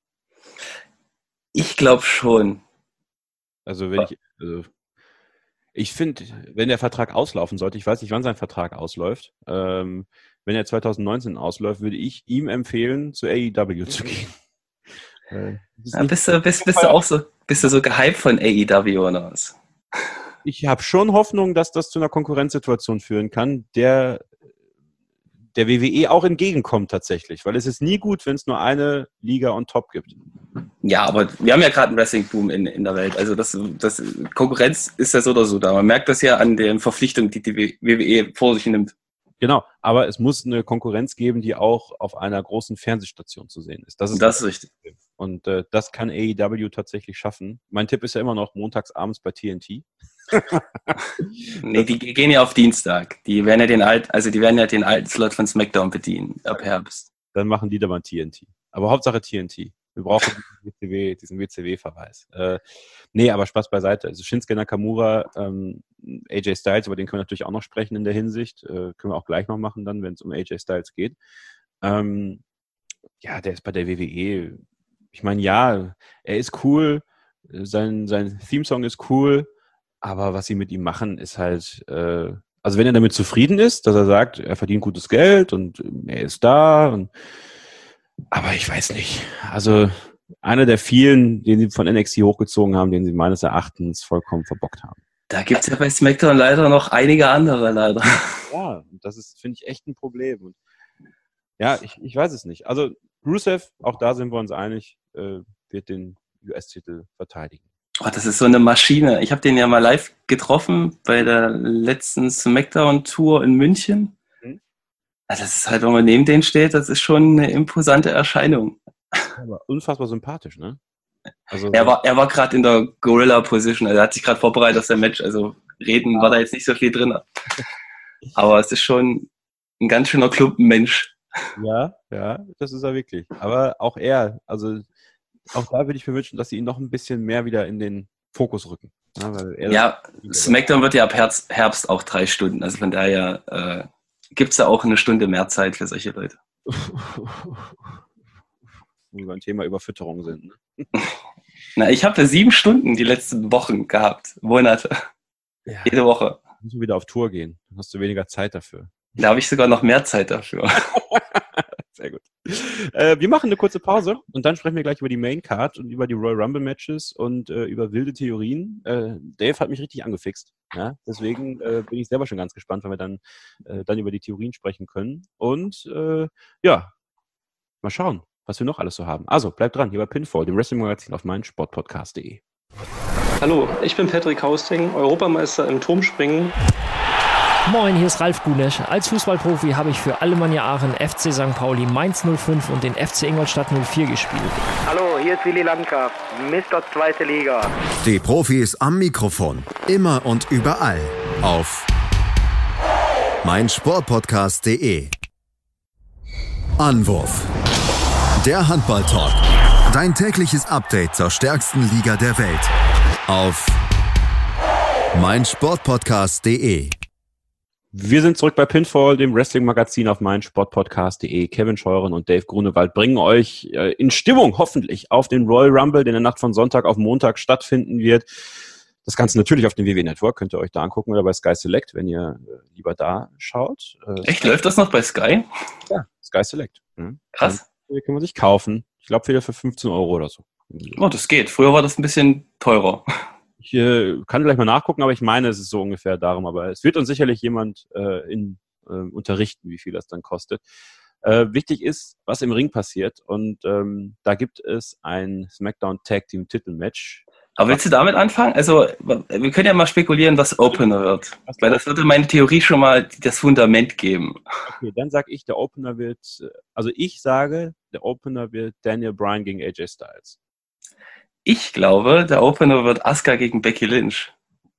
Ich glaube schon. Also ich finde, wenn der Vertrag auslaufen sollte, ich weiß nicht, wann sein Vertrag ausläuft, wenn er 2019 ausläuft, würde ich ihm empfehlen, zu AEW zu gehen. Bist du so gehypt von AEW oder was? Ich habe schon Hoffnung, dass das zu einer Konkurrenzsituation führen kann, der WWE auch entgegenkommt tatsächlich, weil es ist nie gut, wenn es nur eine Liga on top gibt. Ja, aber wir haben ja gerade einen Wrestling-Boom in der Welt. Also das Konkurrenz ist ja so oder so da. Man merkt das ja an den Verpflichtungen, die die WWE vor sich nimmt. Genau, aber es muss eine Konkurrenz geben, die auch auf einer großen Fernsehstation zu sehen ist. Das ist richtig. Und das kann AEW tatsächlich schaffen. Mein Tipp ist ja immer noch montags abends bei TNT. Nee, die gehen ja auf Dienstag. Die werden ja den alten Slot von SmackDown bedienen ab Herbst. Dann machen die da mal TNT. Aber Hauptsache TNT. Wir brauchen diesen WCW-Verweis. Nee, aber Spaß beiseite. Also Shinsuke Nakamura, AJ Styles, über den können wir natürlich auch noch sprechen in der Hinsicht. Können wir auch gleich noch machen dann, wenn es um AJ Styles geht. Ja, der ist bei der WWE. Ich meine, ja, er ist cool. Sein Theme-Song ist cool. Aber was sie mit ihm machen, ist halt, also wenn er damit zufrieden ist, dass er sagt, er verdient gutes Geld und er ist da, aber ich weiß nicht. Also einer der vielen, den sie von NXT hochgezogen haben, den sie meines Erachtens vollkommen verbockt haben. Da gibt es ja bei SmackDown leider noch einige andere, leider. Ja, das ist, finde ich, echt ein Problem. Und ja, ich weiß es nicht. Also Rusev, auch da sind wir uns einig, wird den US-Titel verteidigen. Oh, das ist so eine Maschine. Ich habe den ja mal live getroffen bei der letzten SmackDown-Tour in München. Mhm. Also das ist halt, wenn man neben denen steht, das ist schon eine imposante Erscheinung. Aber unfassbar sympathisch, ne? Also Er war gerade in der Gorilla-Position, also er hat sich gerade vorbereitet auf sein Match, also reden war da jetzt nicht so viel drin. Aber es ist schon ein ganz schöner Klumpenmensch. ja, das ist er wirklich. Aber auch er, also auch da würde ich mir wünschen, dass sie ihn noch ein bisschen mehr wieder in den Fokus rücken. Ja, SmackDown wird ja ab Herbst auch 3 Stunden, also von daher gibt es ja auch eine Stunde mehr Zeit für solche Leute. Wo wir beim Thema Überfütterung sind. Ne? Na, ich habe 7 Stunden die letzten Wochen gehabt, Monate. Ja. Jede Woche. Musst du wieder auf Tour gehen, dann hast du weniger Zeit dafür. Da habe ich sogar noch mehr Zeit dafür. Sehr gut. Wir machen eine kurze Pause und dann sprechen wir gleich über die Main Card und über die Royal Rumble Matches und über wilde Theorien. Dave hat mich richtig angefixt. Ja? Deswegen bin ich selber schon ganz gespannt, wenn wir dann über die Theorien sprechen können. Und ja, mal schauen, was wir noch alles so haben. Also, bleibt dran, hier bei Pinfall, dem Wrestling-Magazin auf meinsportpodcast.de. Hallo, ich bin Patrick Hausting, Europameister im Turmspringen. Moin, hier ist Ralf Gunesch. Als Fußballprofi habe ich für Alemannia Aachen, FC St. Pauli, Mainz 05 und den FC Ingolstadt 04 gespielt. Hallo, hier ist Willi Landgraf, Mr. Zweite Liga. Die Profis am Mikrofon, immer und überall auf meinsportpodcast.de. Anwurf. Der Handball-Talk. Dein tägliches Update zur stärksten Liga der Welt. Auf meinsportpodcast.de. Wir sind zurück bei Pinfall, dem Wrestling-Magazin auf meinsportpodcast.de. Kevin Scheuren und Dave Grunewald bringen euch in Stimmung hoffentlich auf den Royal Rumble, der in der Nacht von Sonntag auf Montag stattfinden wird. Das Ganze natürlich auf dem WWE Network, könnt ihr euch da angucken oder bei Sky Select, wenn ihr lieber da schaut. Echt, läuft das noch bei Sky? Ja, Sky Select. Krass. Den kann man sich kaufen. Ich glaube wieder für 15 € oder so. Oh, das geht. Früher war das ein bisschen teurer. Ich kann gleich mal nachgucken, aber ich meine, es ist so ungefähr darum. Aber es wird uns sicherlich jemand unterrichten, wie viel das dann kostet. Wichtig ist, was im Ring passiert. Und da gibt es ein SmackDown Tag Team Titelmatch. Aber willst du damit anfangen? Also, wir können ja mal spekulieren, was Opener wird. Weil das würde meine Theorie schon mal das Fundament geben. Okay, dann sage ich, der Opener wird, also ich sage, der Opener wird Daniel Bryan gegen AJ Styles. Ich glaube, der Opener wird Asuka gegen Becky Lynch.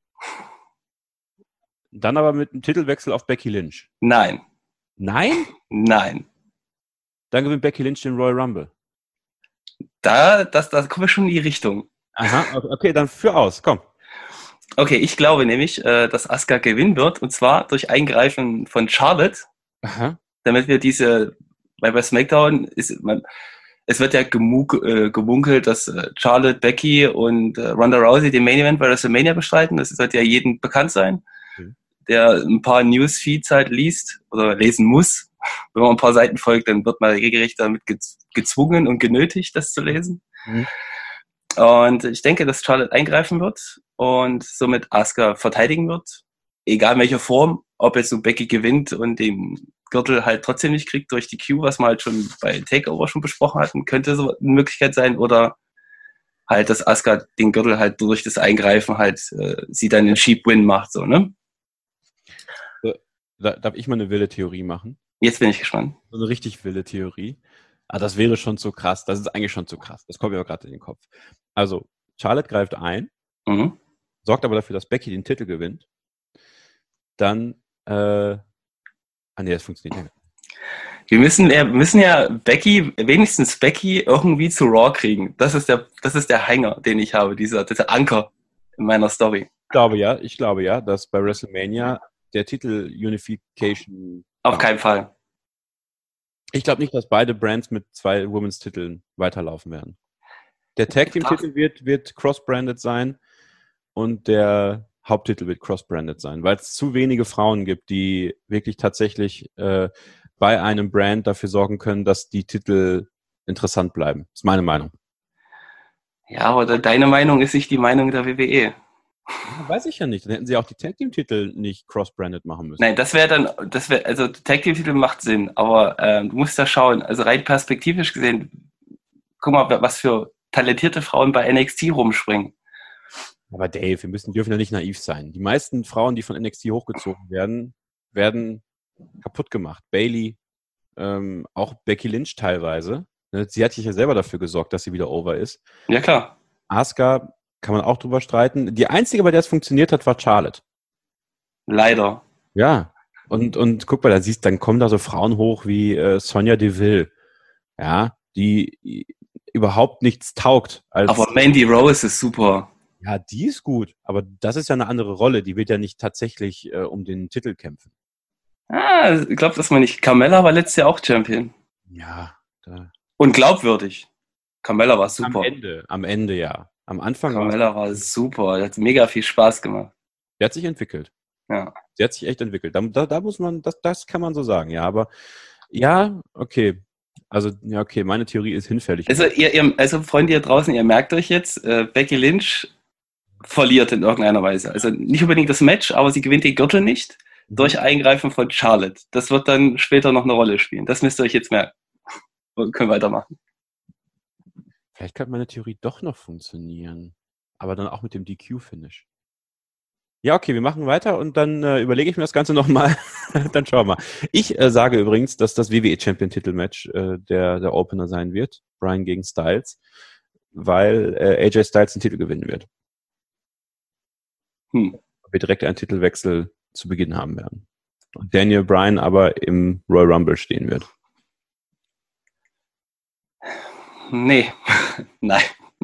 Dann aber mit einem Titelwechsel auf Becky Lynch. Nein. Nein? Nein. Dann gewinnt Becky Lynch den Royal Rumble. Da kommen wir schon in die Richtung. Aha, okay, dann führ aus, komm. Okay, ich glaube nämlich, dass Asuka gewinnen wird, und zwar durch Eingreifen von Charlotte. Aha. Damit wir weil bei SmackDown es wird ja gemunkelt, dass Charlotte, Becky und Ronda Rousey den Main Event bei WrestleMania bestreiten. Das sollte ja jedem bekannt sein, der ein paar Newsfeeds halt liest oder lesen muss. Wenn man ein paar Seiten folgt, dann wird man regelrecht damit gezwungen und genötigt, das zu lesen. Mhm. Und ich denke, dass Charlotte eingreifen wird und somit Asuka verteidigen wird. Egal in welcher Form, ob jetzt so Becky gewinnt und den Gürtel halt trotzdem nicht kriegt durch die Q, was wir halt schon bei Takeover schon besprochen hatten, könnte so eine Möglichkeit sein, oder halt, dass Asuka den Gürtel halt durch das Eingreifen halt sie dann den Sheep-Win macht, so, ne? Darf ich mal eine wilde Theorie machen? Jetzt bin ich gespannt. So eine richtig wilde Theorie. Das wäre schon zu krass. Das ist eigentlich schon zu krass. Das kommt mir aber gerade in den Kopf. Also, Charlotte greift ein, sorgt aber dafür, dass Becky den Titel gewinnt. Dann, das funktioniert nicht. Wir müssen ja wenigstens Becky irgendwie zu Raw kriegen. Das ist der Hänger, den ich habe, dieser Anker in meiner Story. Ich glaube ja, dass bei WrestleMania der Titel Unification... Auf keinen Fall. Ich glaube nicht, dass beide Brands mit 2 Women's-Titeln weiterlaufen werden. Der Tag-Team-Titel wird cross-branded sein und der Haupttitel wird cross-branded sein, weil es zu wenige Frauen gibt, die wirklich tatsächlich bei einem Brand dafür sorgen können, dass die Titel interessant bleiben. Das ist meine Meinung. Ja, aber deine Meinung ist nicht die Meinung der WWE. Ja, weiß ich ja nicht. Dann hätten sie auch die Tag-Team-Titel nicht cross-branded machen müssen. Nein, also Tag Team Titel macht Sinn, aber du musst da schauen, also rein perspektivisch gesehen, guck mal, was für talentierte Frauen bei NXT rumspringen. Aber Dave, dürfen ja nicht naiv sein. Die meisten Frauen, die von NXT hochgezogen werden kaputt gemacht. Bayley, auch Becky Lynch teilweise. Sie hat sich ja selber dafür gesorgt, dass sie wieder over ist. Ja, klar. Asuka kann man auch drüber streiten. Die einzige, bei der es funktioniert hat, war Charlotte. Leider. Ja. Und guck mal, dann kommen da so Frauen hoch wie Sonya Deville. Ja, die überhaupt nichts taugt. Aber Mandy Rose ist super. Ja, die ist gut. Aber das ist ja eine andere Rolle. Die wird ja nicht tatsächlich um den Titel kämpfen. Ich glaube, dass man nicht. Carmella war letztes Jahr auch Champion. Ja. Und glaubwürdig. Carmella war super. Am Ende, ja. Am Anfang Carmella war super. Die hat mega viel Spaß gemacht. Die hat sich entwickelt. Ja. Sie hat sich echt entwickelt. Da muss man, das kann man so sagen, ja. Aber ja, okay. Also, ja, okay, meine Theorie ist hinfällig. Also Freunde hier draußen, ihr merkt euch jetzt, Becky Lynch verliert in irgendeiner Weise. Also nicht unbedingt das Match, aber sie gewinnt den Gürtel nicht durch Eingreifen von Charlotte. Das wird dann später noch eine Rolle spielen. Das müsst ihr euch jetzt merken. Und können weitermachen. Vielleicht könnte meine Theorie doch noch funktionieren. Aber dann auch mit dem DQ-Finish. Ja, okay, wir machen weiter und dann überlege ich mir das Ganze nochmal. Dann schauen wir mal. Ich sage übrigens, dass das WWE-Champion-Titel-Match der Opener sein wird. Bryan gegen Styles. Weil AJ Styles den Titel gewinnen wird. Wir direkt einen Titelwechsel zu Beginn haben werden. Und Daniel Bryan aber im Royal Rumble stehen wird. Nee. Nein.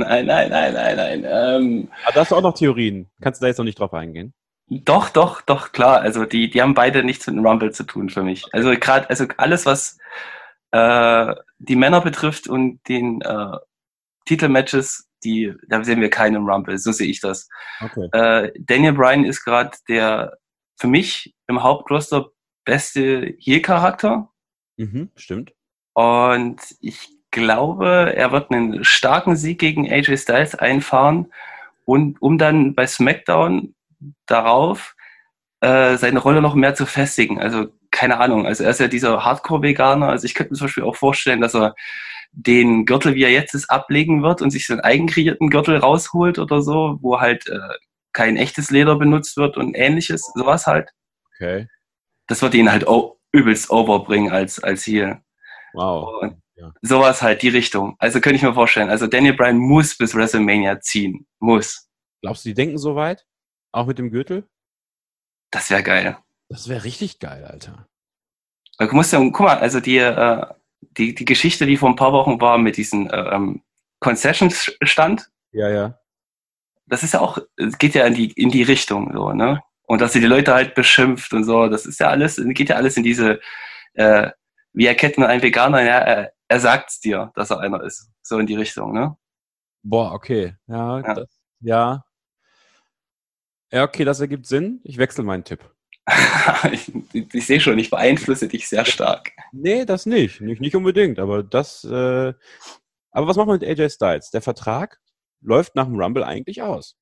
Aber da hast du auch noch Theorien. Kannst du da jetzt noch nicht drauf eingehen? Doch, klar. Also die haben beide nichts mit dem Rumble zu tun für mich. Also alles, was die Männer betrifft und den Titelmatches, da sehen wir keinen im Rumble. So sehe ich das. Okay. Daniel Bryan ist gerade der für mich im Hauptroster beste Heel-Charakter. Stimmt. Und ich glaube, er wird einen starken Sieg gegen AJ Styles einfahren und um dann bei SmackDown darauf seine Rolle noch mehr zu festigen. Also keine Ahnung, also er ist ja dieser Hardcore-Veganer. Also ich könnte mir zum Beispiel auch vorstellen, dass er den Gürtel, wie er jetzt ist, ablegen wird und sich so einen eigenkreierten Gürtel rausholt oder so, wo halt kein echtes Leder benutzt wird und ähnliches, sowas halt. Okay. Das wird ihn halt übelst overbringen als Heel. Wow. Und sowas halt, die Richtung. Also könnte ich mir vorstellen. Also Daniel Bryan muss bis WrestleMania ziehen. Muss. Glaubst du, die denken so weit? Auch mit dem Gürtel? Das wäre geil. Das wäre richtig geil, Alter. Guck mal, also die Geschichte, die vor ein paar Wochen war mit diesem Concessions-Stand. Ja. Das ist ja auch, geht ja in die Richtung, so, ne? Und dass sie die Leute halt beschimpft und so, das ist ja alles, geht ja alles in diese, wie erkennt man einen Veganer? Ja, er sagt's dir, dass er einer ist. So in die Richtung, ne? Boah, okay. Ja, okay, das ergibt Sinn. Ich wechsle meinen Tipp. Ich sehe schon, ich beeinflusse dich sehr stark. Nee, das nicht. Nicht unbedingt, aber aber was machen wir mit AJ Styles? Der Vertrag läuft nach dem Rumble eigentlich aus.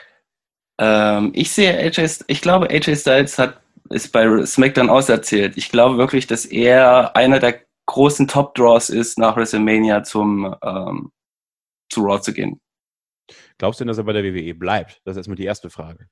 Ich glaube, AJ Styles ist bei SmackDown auserzählt. Ich glaube wirklich, dass er einer der großen Top-Draws ist, nach WrestleMania zu Raw zu gehen. Glaubst du denn, dass er bei der WWE bleibt? Das ist erstmal die erste Frage.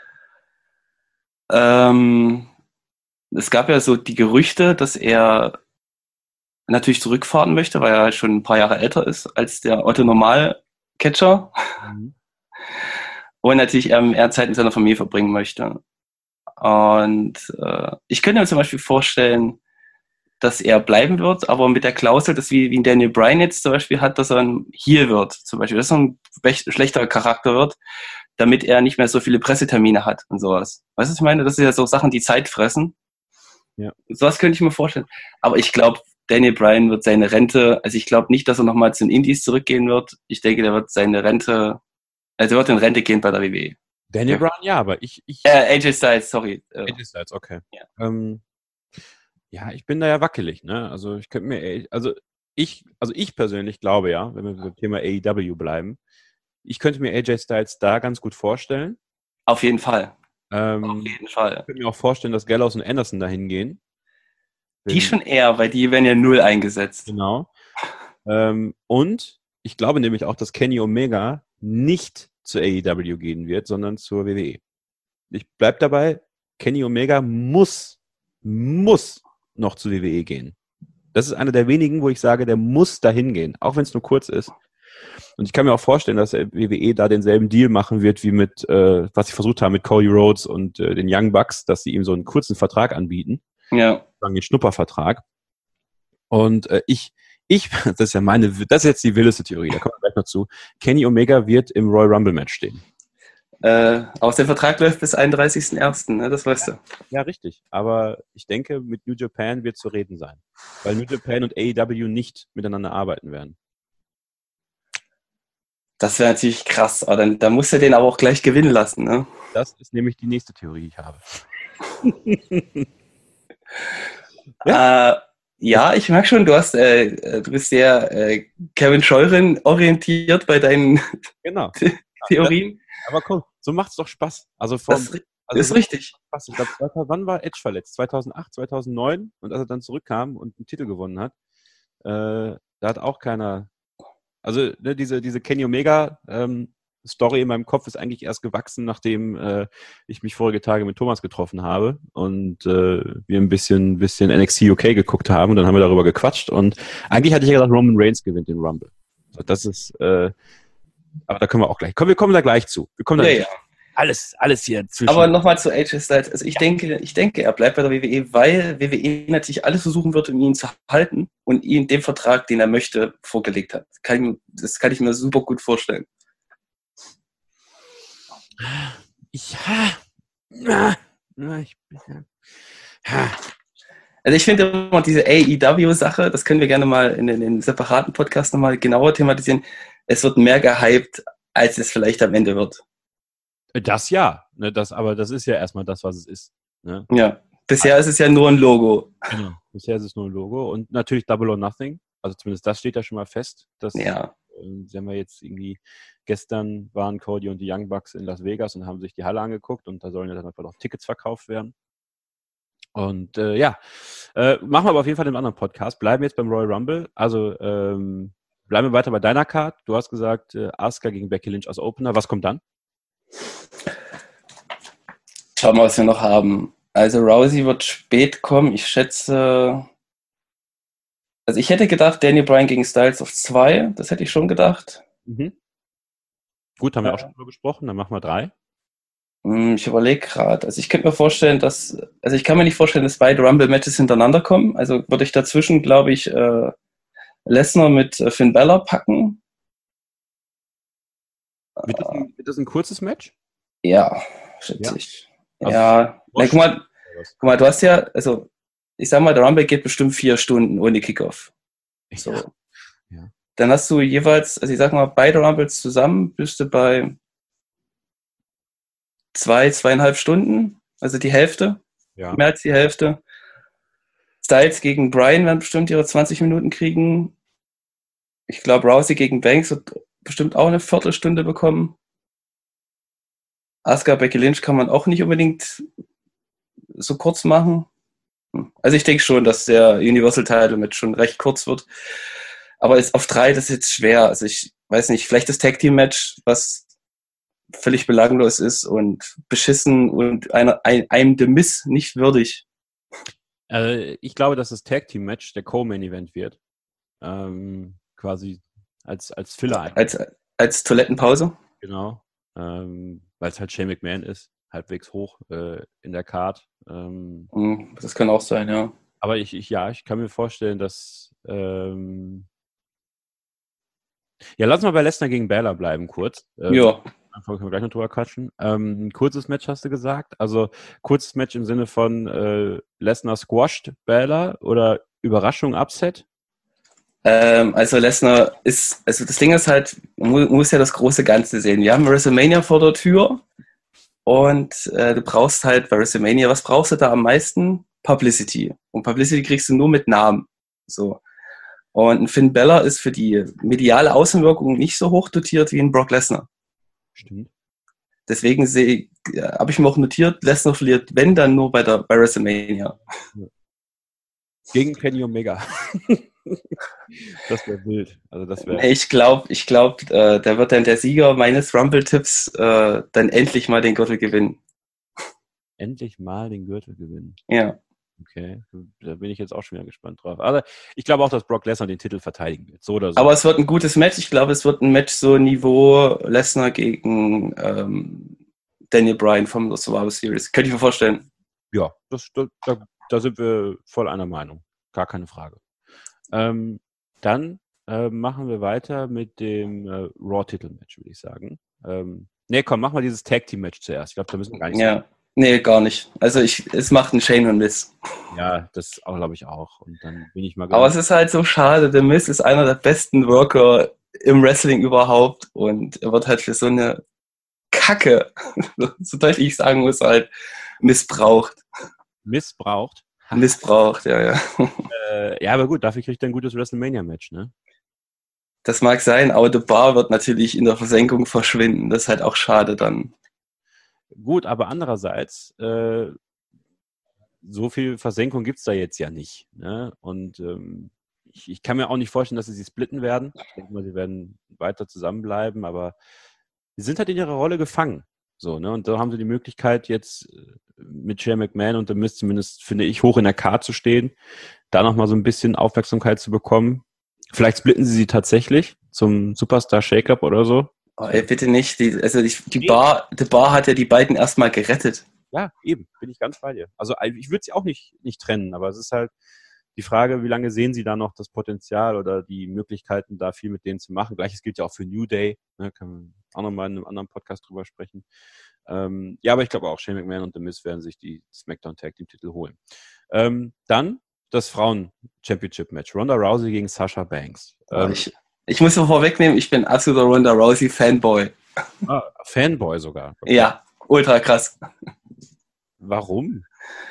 Es gab ja so die Gerüchte, dass er natürlich zurückfahren möchte, weil er halt schon ein paar Jahre älter ist als der Otto-Normal-Catcher. Und natürlich mehr Zeit mit seiner Familie verbringen möchte. Und ich könnte mir zum Beispiel vorstellen, dass er bleiben wird, aber mit der Klausel, dass wie Daniel Bryan jetzt zum Beispiel hat, dass er ein Heel wird, zum Beispiel, dass er ein schlechterer Charakter wird, damit er nicht mehr so viele Pressetermine hat und sowas. Weißt du, was ich meine? Das sind ja so Sachen, die Zeit fressen. Ja. Sowas könnte ich mir vorstellen. Aber ich glaube, Daniel Bryan wird seine Rente, also ich glaube nicht, dass er nochmal zu den Indies zurückgehen wird. Ich denke, der wird seine Rente, also er wird in Rente gehen bei der WWE. Daniel Bryan, ja, aber AJ Styles, sorry. AJ Styles, okay. Ja. Ja, ich bin da ja wackelig, ne? Also ich könnte mir, ich persönlich glaube ja, wenn wir beim Thema AEW bleiben, ich könnte mir AJ Styles da ganz gut vorstellen. Auf jeden Fall. Auf jeden Fall. Ich könnte mir auch vorstellen, dass Gallows und Anderson da hingehen. Die schon eher, weil die werden ja 0 eingesetzt. Genau. Und ich glaube nämlich auch, dass Kenny Omega nicht zur AEW gehen wird, sondern zur WWE. Ich bleib dabei, Kenny Omega muss noch zur WWE gehen. Das ist einer der wenigen, wo ich sage, der muss dahin gehen, auch wenn es nur kurz ist. Und ich kann mir auch vorstellen, dass der WWE da denselben Deal machen wird, wie mit, was sie versucht haben mit Cody Rhodes und den Young Bucks, dass sie ihm so einen kurzen Vertrag anbieten. Ja. Den Schnuppervertrag. Und das ist jetzt die wildeste Theorie, da kommen wir gleich noch zu. Kenny Omega wird im Royal Rumble Match stehen. Aus dem Vertrag läuft bis 31.01., ne? Das weißt du. Ja, richtig. Aber ich denke, mit New Japan wird zu reden sein. Weil New Japan und AEW nicht miteinander arbeiten werden. Das wäre natürlich krass. Aber dann muss er den aber auch gleich gewinnen lassen, ne? Das ist nämlich die nächste Theorie, die ich habe. Ja, ich merke schon, du bist sehr Kevin Scheuren orientiert bei deinen Theorien. Aber komm, so macht's doch Spaß. Das ist richtig. Ich glaube, wann war Edge verletzt? 2008, 2009? Und als er dann zurückkam und einen Titel gewonnen hat, da hat auch keiner... Also ne, diese Kenny Omega Story in meinem Kopf ist eigentlich erst gewachsen, nachdem ich mich vorige Tage mit Thomas getroffen habe und wir ein bisschen NXT UK geguckt haben und dann haben wir darüber gequatscht und eigentlich hatte ich ja gedacht, Roman Reigns gewinnt den Rumble. Das ist, aber da können wir auch gleich, wir kommen da gleich zu. Wir kommen da ja. Alles hier zwischen. Aber nochmal zu AJ Styles. Also ich denke, er bleibt bei der WWE, weil WWE natürlich alles versuchen wird, um ihn zu halten und ihm den Vertrag, den er möchte, vorgelegt hat. Das kann ich mir super gut vorstellen. Also ich finde immer diese AEW-Sache, das können wir gerne mal in den separaten Podcast nochmal genauer thematisieren. Es wird mehr gehypt, als es vielleicht am Ende wird. Das ja, ne, aber das ist ja erstmal das, was es ist. Ne? Ja, bisher ist es ja nur ein Logo. Genau, bisher ist es nur ein Logo und natürlich Double or Nothing, also zumindest das steht ja schon mal fest. Sie haben wir jetzt irgendwie, gestern waren Cody und die Young Bucks in Las Vegas und haben sich die Halle angeguckt und da sollen ja dann einfach auch Tickets verkauft werden. Und machen wir aber auf jeden Fall in einem anderen Podcast, bleiben jetzt beim Royal Rumble, also bleiben wir weiter bei deiner Card. Du hast gesagt, Asuka gegen Becky Lynch als Opener, was kommt dann? Schauen wir, was wir noch haben. Also Rousey wird spät kommen. Ich schätze... Also ich hätte gedacht, Daniel Bryan gegen Styles auf 2. Das hätte ich schon gedacht. Mhm. Gut, haben wir auch schon drüber gesprochen. Dann machen wir 3. Ich überlege gerade. Also ich könnte mir vorstellen, ich kann mir nicht vorstellen, dass beide Rumble-Matches hintereinander kommen. Also würde ich dazwischen, glaube ich, Lesnar mit Finn Balor packen. Wird das ein kurzes Match? Ja, schätze ich. Ja. Guck mal, du hast ja, also ich sag mal, der Rumble geht bestimmt 4 Stunden ohne Kickoff. So. Ja. Dann hast du jeweils, also ich sag mal, beide Rumbles zusammen bist du bei 2,5 Stunden, also die Hälfte, mehr als die Hälfte. Styles gegen Bryan werden bestimmt ihre 20 Minuten kriegen. Ich glaube, Rousey gegen Banks wird bestimmt auch eine Viertelstunde bekommen. Asuka, Becky Lynch kann man auch nicht unbedingt so kurz machen. Also ich denke schon, dass der Universal Title Match schon recht kurz wird. Aber auf 3, das ist jetzt schwer. Also ich weiß nicht, vielleicht das Tag Team Match, was völlig belanglos ist und beschissen und einem The Miz nicht würdig. Ich glaube, dass das Tag Team Match der Co-Main Event wird. Quasi als Filler. Als Toilettenpause? Genau. Weil es halt Shane McMahon ist. Halbwegs hoch in der Card. Das kann auch sein, ja. Aber ich kann mir vorstellen, dass lass mal bei Lesnar gegen Balor bleiben kurz. Ja. Einfach können wir gleich noch drüber quatschen. Kurzes Match hast du gesagt. Also kurzes Match im Sinne von Lesnar squashed Balor oder Überraschung, Upset? Also Lesnar ist, also das Ding ist halt, man muss ja das große Ganze sehen. Wir haben WrestleMania vor der Tür und du brauchst halt bei WrestleMania, was brauchst du da am meisten? Publicity. Und Publicity kriegst du nur mit Namen. So. Und ein Finn Balor ist für die mediale Außenwirkung nicht so hoch dotiert wie ein Brock Lesnar. Stimmt. Deswegen habe ich mir auch notiert, Lesnar verliert, wenn, dann nur bei WrestleMania. Gegen Kenny Omega. Das wäre wild. Also das wäre. Ich glaube, der wird dann der Sieger meines Rumble-Tipps dann endlich mal den Gürtel gewinnen. Endlich mal den Gürtel gewinnen. Ja. Okay, da bin ich jetzt auch schon wieder gespannt drauf. Aber ich glaube auch, dass Brock Lesnar den Titel verteidigen wird. So oder so. Aber es wird ein gutes Match. Ich glaube, es wird ein Match so Niveau Lesnar gegen Daniel Bryan vom Survivor Series. Könnte ich mir vorstellen. Ja, da sind wir voll einer Meinung. Gar keine Frage. Dann machen wir weiter mit dem Raw-Titel-Match, würde ich sagen. Komm, machen wir dieses Tag-Team-Match zuerst. Ich glaube, da müssen wir gar nicht sagen. Nee, gar nicht. Also es macht einen Shane und Miz. Ja, das glaube ich auch. Und dann bin ich mal gespannt. Aber es ist halt so schade. Der Miz ist einer der besten Worker im Wrestling überhaupt. Und er wird halt für so eine Kacke, so deutlich ich sagen muss, halt missbraucht. Missbraucht? Missbraucht, ja. Ja, aber gut, dafür kriegt er ein gutes WrestleMania-Match, ne? Das mag sein, aber The Bar wird natürlich in der Versenkung verschwinden. Das ist halt auch schade dann. Gut, aber andererseits, so viel Versenkung gibt es da jetzt ja nicht. Ne? Und ich kann mir auch nicht vorstellen, dass sie splitten werden. Ich denke mal, sie werden weiter zusammenbleiben, aber sie sind halt in ihrer Rolle gefangen. So, ne? Und da haben sie die Möglichkeit, jetzt mit Shane McMahon und The Miz zumindest, finde ich, hoch in der Karte zu stehen, da nochmal so ein bisschen Aufmerksamkeit zu bekommen. Vielleicht splitten sie tatsächlich zum Superstar Shake-Up oder so. Oh, ey, bitte nicht. Die Bar hat ja die beiden erstmal gerettet. Ja, eben. Bin ich ganz bei dir. Also ich würde sie auch nicht trennen, aber es ist halt die Frage, wie lange sehen sie da noch das Potenzial oder die Möglichkeiten, da viel mit denen zu machen. Gleiches gilt ja auch für New Day. Ne, können wir auch nochmal in einem anderen Podcast drüber sprechen. Ja, aber ich glaube auch, Shane McMahon und The Miz werden sich die SmackDown Tag Team Titel holen. Dann das Frauen-Championship-Match. Ronda Rousey gegen Sasha Banks. Ich muss mal vorwegnehmen, ich bin absoluter Ronda Rousey Fanboy. Fanboy sogar. Okay. Ja, ultra krass. Warum?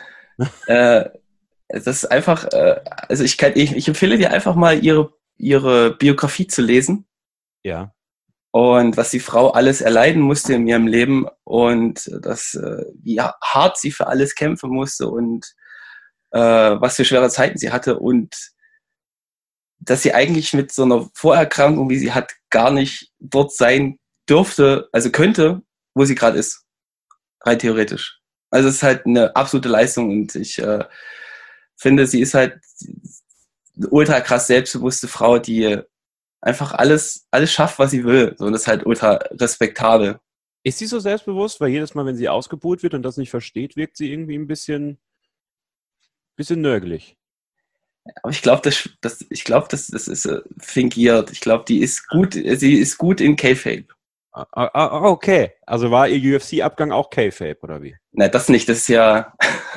Das ist einfach, also ich empfehle dir einfach mal ihre Biografie zu lesen. Ja. Und was die Frau alles erleiden musste in ihrem Leben und wie hart sie für alles kämpfen musste und was für schwere Zeiten sie hatte und dass sie eigentlich mit so einer Vorerkrankung, wie sie hat, gar nicht dort sein dürfte, also könnte, wo sie gerade ist. Rein theoretisch. Also es ist halt eine absolute Leistung und ich finde, sie ist halt eine ultra krass selbstbewusste Frau, die einfach alles schafft, was sie will. So, und das ist halt ultra respektabel. Ist sie so selbstbewusst? Weil jedes Mal, wenn sie ausgebuht wird und das nicht versteht, wirkt sie irgendwie ein bisschen nörgelig. Aber ich glaube, das ist fingiert. Ich glaube, sie ist gut in Kayfabe. Okay. Also war ihr UFC-Abgang auch Kayfabe, oder wie? Nein, das nicht. Das ist ja...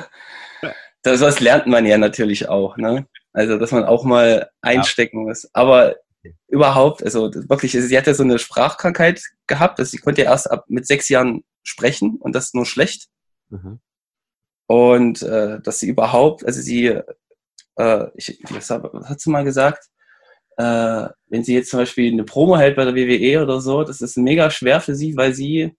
das lernt man ja natürlich auch, ne? Also, dass man auch mal einstecken muss. Aber überhaupt, also wirklich, sie hat ja so eine Sprachkrankheit gehabt. Also sie konnte ja erst mit 6 Jahren sprechen und das nur schlecht. Mhm. Und dass sie überhaupt, also sie... was hat sie mal gesagt? Wenn sie jetzt zum Beispiel eine Promo hält bei der WWE oder so, das ist mega schwer für sie, weil sie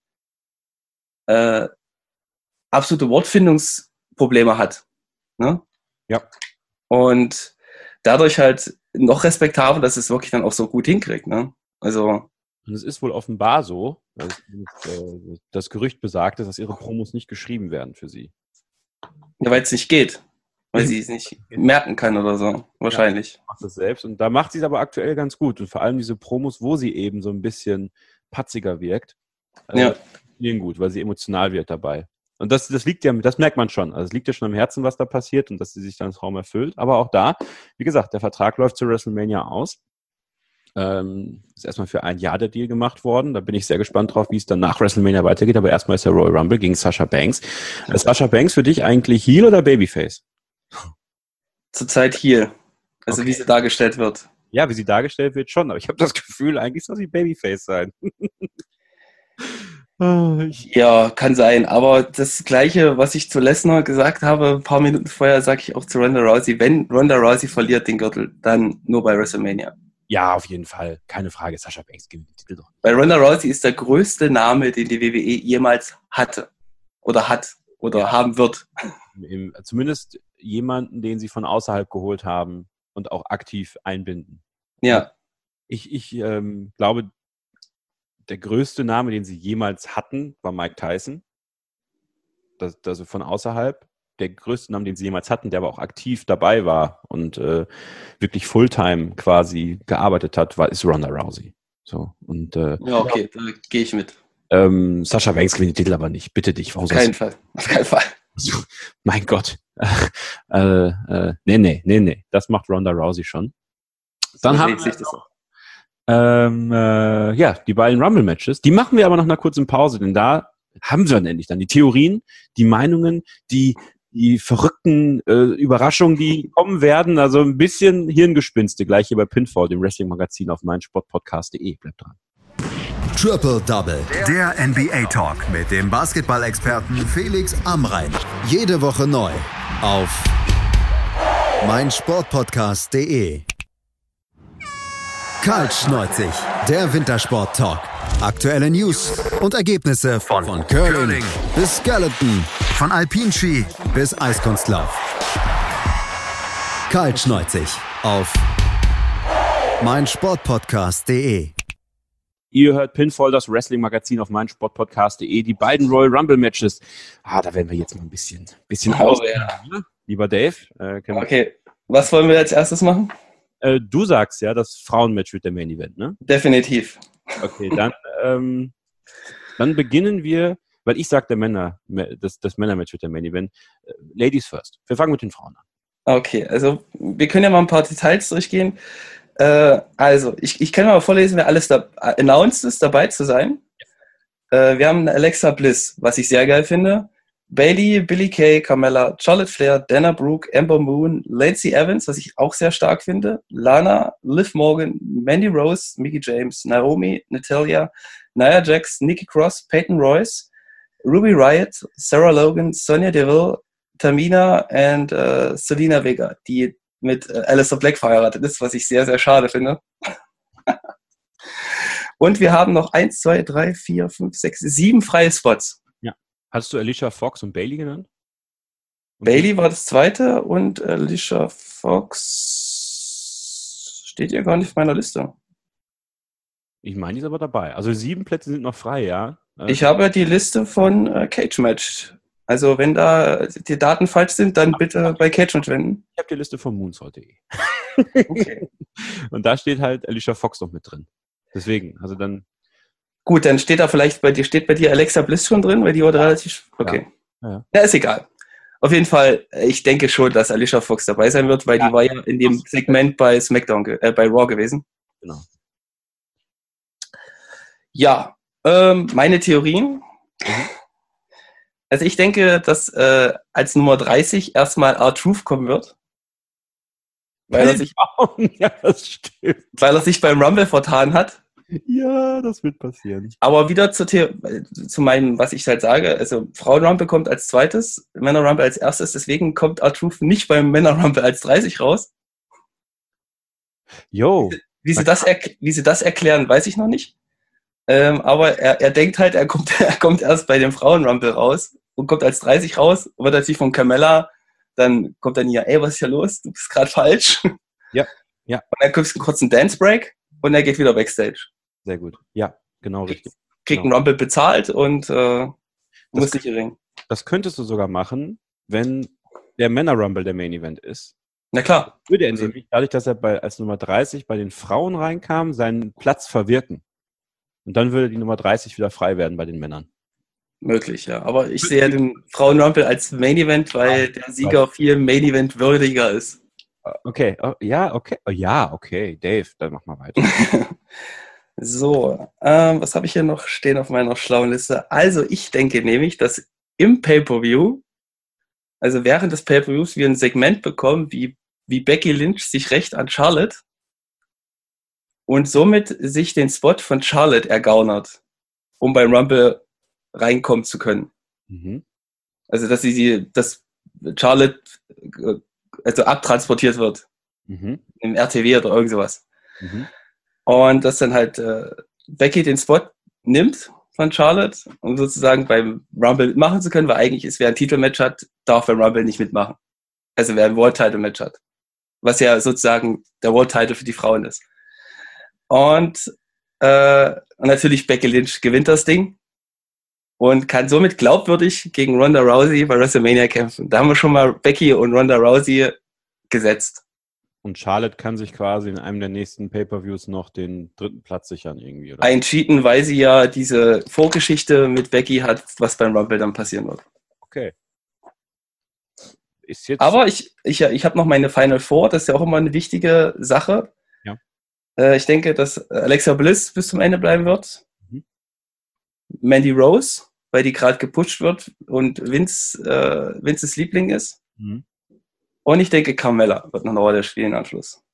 absolute Wortfindungsprobleme hat. Ne? Ja. Und dadurch halt noch respektabel, dass es wirklich dann auch so gut hinkriegt. Ne? Also. Und es ist wohl offenbar so, das Gerücht besagt, dass ihre Promos nicht geschrieben werden für sie. Ja, weil es nicht geht. Weil sie es nicht merken kann oder so, wahrscheinlich. Ja, macht das selbst. Und da macht sie es aber aktuell ganz gut. Und vor allem diese Promos, wo sie eben so ein bisschen patziger wirkt, funktionieren gut, weil sie emotional wird dabei. Und das liegt ja, das merkt man schon. Also es liegt ja schon am Herzen, was da passiert und dass sie sich dann das Traum erfüllt. Aber auch da, wie gesagt, der Vertrag läuft zu WrestleMania aus. Ist erstmal für 1 Jahr der Deal gemacht worden. Da bin ich sehr gespannt drauf, wie es dann nach WrestleMania weitergeht. Aber erstmal ist der Royal Rumble gegen Sasha Banks. Ist Sasha Banks für dich eigentlich Heel oder Babyface? Zurzeit Heel. Also okay. Wie sie dargestellt wird. Ja, wie sie dargestellt wird schon. Aber ich habe das Gefühl, eigentlich soll sie Babyface sein. Ja, kann sein. Aber das Gleiche, was ich zu Lesnar gesagt habe, ein paar Minuten vorher, sage ich auch zu Ronda Rousey. Wenn Ronda Rousey verliert den Gürtel, dann nur bei WrestleMania. Ja, auf jeden Fall. Keine Frage. Sasha Banks gewinnt den Titel doch. Weil Ronda Rousey ist der größte Name, den die WWE jemals hatte. Oder hat. Oder haben wird. Zumindest jemanden, den sie von außerhalb geholt haben und auch aktiv einbinden. Ja. Ich glaube, der größte Name, den sie jemals hatten, war Mike Tyson. Das von außerhalb. Der größte Name, den sie jemals hatten, der aber auch aktiv dabei war und wirklich Fulltime quasi gearbeitet hat, ist Ronda Rousey. So, und, ja, okay, da gehe ich mit. Sasha Banks gewinnt den Titel aber nicht. Bitte dich. Auf keinen Fall. Mein Gott. Nee. Das macht Ronda Rousey schon. Dann haben wir die beiden Rumble-Matches. Die machen wir aber nach einer kurzen Pause, denn da haben wir dann endlich die Theorien, die Meinungen, die verrückten Überraschungen, die kommen werden. Also ein bisschen Hirngespinste gleich hier bei Pinfall, dem Wrestling-Magazin auf meinsportpodcast.de. Bleibt dran. Triple Double, der NBA-Talk mit dem Basketball-Experten Felix Amrein. Jede Woche neu auf meinsportpodcast.de. Kaltschneuzig, der Wintersport-Talk. Aktuelle News und Ergebnisse von Curling bis Skeleton, von Alpinski bis Eiskunstlauf. Kaltschneuzig auf meinsportpodcast.de. Ihr hört Pinfall, das Wrestling-Magazin auf meinsportpodcast.de. Die beiden Royal Rumble-Matches. Da werden wir jetzt mal ein bisschen ja. Lieber Dave. Okay, was wollen wir als erstes machen? Du sagst ja, das Frauenmatch wird der Main Event, ne? Definitiv. Okay, dann beginnen wir, weil ich sage, das Männermatch wird der Main Event. Ladies first. Wir fangen mit den Frauen an. Okay, also wir können ja mal ein paar Details durchgehen. Also, ich kann mal vorlesen, wer alles announced ist, dabei zu sein. Wir haben Alexa Bliss, was ich sehr geil finde. Bayley, Billie Kay, Carmella, Charlotte Flair, Dana Brooke, Ember Moon, Lacey Evans, was ich auch sehr stark finde, Lana, Liv Morgan, Mandy Rose, Mickie James, Naomi, Natalya, Nia Jax, Nikki Cross, Peyton Royce, Ruby Riott, Sarah Logan, Sonya Deville, Tamina und Selena Vega, die mit Aleister Black verheiratet ist, was ich sehr, sehr schade finde. Und wir haben noch 1, 2, 3, 4, 5, 6, 7 freie Spots. Hast du Alicia Fox und Bayley genannt? Bayley war das zweite und Alicia Fox steht ja gar nicht auf meiner Liste. Ich meine, die ist aber dabei. Also 7 Plätze sind noch frei, ja? Ich habe die Liste von Cage Match. Also wenn da die Daten falsch sind, dann bitte bei Cage Match wenden. Ich habe die Liste von moonsault.de. Okay. Und da steht halt Alicia Fox noch mit drin. Deswegen, also dann... Gut, dann steht bei dir Alexa Bliss schon drin, weil die war relativ... Okay. Ja, ist egal. Auf jeden Fall, ich denke schon, dass Alicia Fox dabei sein wird, weil die war ja in dem Segment bei SmackDown, bei Raw gewesen. Genau. Ja, meine Theorien. Also ich denke, dass als Nummer 30 erstmal R-Truth kommen wird. Weil er sich beim Rumble vertan hat. Ja, das wird passieren. Aber wieder zu meinem, was ich halt sage, also Frauen-Rumble kommt als zweites, Männer-Rumble als erstes, deswegen kommt R-Truth nicht beim Männer-Rumble als 30 raus. Jo. Wie sie das erklären, weiß ich noch nicht. Aber er denkt halt, er kommt erst bei dem Frauen-Rumble raus und kommt als 30 raus, wird natürlich von Carmella, dann kommt dann hier, ey, was ist hier los? Du bist gerade falsch. Ja. Und dann kriegst du einen kurzen Dance-Break und er geht wieder Backstage. Sehr gut. Ja, genau richtig. Kriegt einen Rumble bezahlt und muss nicht ringen. Das könntest du sogar machen, wenn der Männer-Rumble der Main-Event ist. Na klar. Würde er nämlich, dadurch, dass er als Nummer 30 bei den Frauen reinkam, seinen Platz verwirken. Und dann würde die Nummer 30 wieder frei werden bei den Männern. Möglich, ja. Aber ich sehe den Frauen-Rumble als Main-Event, weil der Sieger viel Main-Event würdiger ist. Okay, okay. Dave, dann mach mal weiter. So, was habe ich hier noch stehen auf meiner schlauen Liste? Also ich denke nämlich, dass im Pay-Per-View, also während des Pay-Per-Views, wir ein Segment bekommen, wie Becky Lynch sich rächt an Charlotte und somit sich den Spot von Charlotte ergaunert, um beim Rumble reinkommen zu können. Mhm. Also, dass dass Charlotte also abtransportiert wird Mhm. im RTW oder irgend sowas. Mhm. Und dass dann halt Becky den Spot nimmt von Charlotte, um sozusagen beim Rumble mitmachen zu können, weil eigentlich wer ein Titelmatch hat, darf beim Rumble nicht mitmachen. Also wer ein World Title Match hat. Was ja sozusagen der World Title für die Frauen ist. Und natürlich Becky Lynch gewinnt das Ding und kann somit glaubwürdig gegen Ronda Rousey bei WrestleMania kämpfen. Da haben wir schon mal Becky und Ronda Rousey gesetzt. Und Charlotte kann sich quasi in einem der nächsten Pay-Per-Views noch den 3. Platz sichern irgendwie, oder? Eincheaten, weil sie ja diese Vorgeschichte mit Becky hat, was beim Rumble dann passieren wird. Okay. Ist jetzt Aber ich habe noch meine Final Four, das ist ja auch immer eine wichtige Sache. Ja. Ich denke, dass Alexa Bliss bis zum Ende bleiben wird. Mhm. Mandy Rose, weil die gerade gepusht wird und Vinces Liebling ist. Mhm. Und ich denke, Carmella wird noch eine Rolle spielen im Anschluss.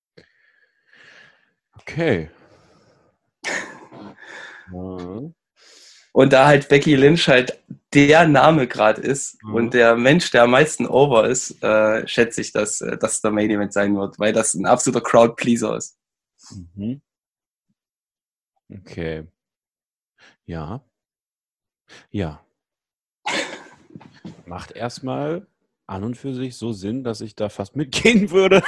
Okay. Ja. Und da halt Becky Lynch halt der Name gerade ist und der Mensch, der am meisten over ist, schätze ich, dass das der Main Event sein wird, weil das ein absoluter Crowd-Pleaser ist. Mhm. Okay. Ja. Ja. Macht erstmal an und für sich so Sinn, dass ich da fast mitgehen würde.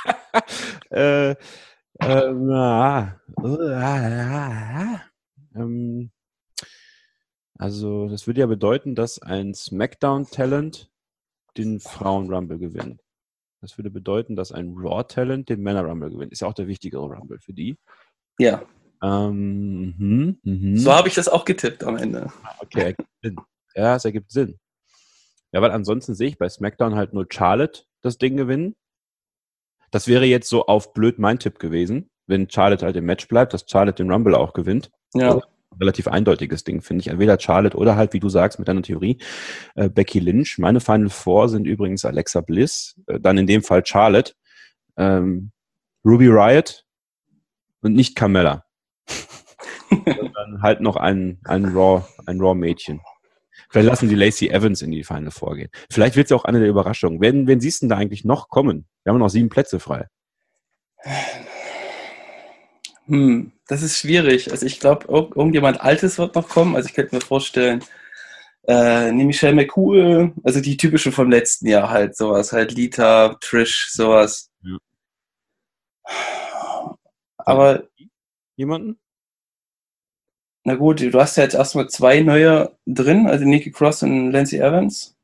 Also, das würde ja bedeuten, dass ein SmackDown-Talent den Frauen-Rumble gewinnt. Das würde bedeuten, dass ein Raw-Talent den Männer-Rumble gewinnt. Ist ja auch der wichtigere Rumble für die. Ja. So habe ich das auch getippt am Ende. Okay, ergibt Sinn. Ja, es ergibt Sinn. Ja, weil ansonsten sehe ich bei SmackDown halt nur Charlotte das Ding gewinnen. Das wäre jetzt so auf blöd mein Tipp gewesen, wenn Charlotte halt im Match bleibt, dass Charlotte den Rumble auch gewinnt. Ja. Relativ eindeutiges Ding, finde ich. Entweder Charlotte oder halt, wie du sagst, mit deiner Theorie, Becky Lynch. Meine Final Four sind übrigens Alexa Bliss, dann in dem Fall Charlotte, Ruby Riott und nicht Carmella. Und dann halt noch ein Raw-Mädchen. Vielleicht lassen die Lacey Evans in die Final vorgehen. Vielleicht wird es auch eine der Überraschungen. Wen siehst du denn da eigentlich noch kommen? Wir haben noch 7 Plätze frei. Das ist schwierig. Also ich glaube, irgendjemand Altes wird noch kommen. Also ich könnte mir vorstellen, Michelle McCool, also die typischen vom letzten Jahr halt, sowas, halt Lita, Trish, sowas. Ja. Aber jemanden? Na gut, du hast ja jetzt erstmal 2 neue drin, also Nikki Cross und Lacey Evans.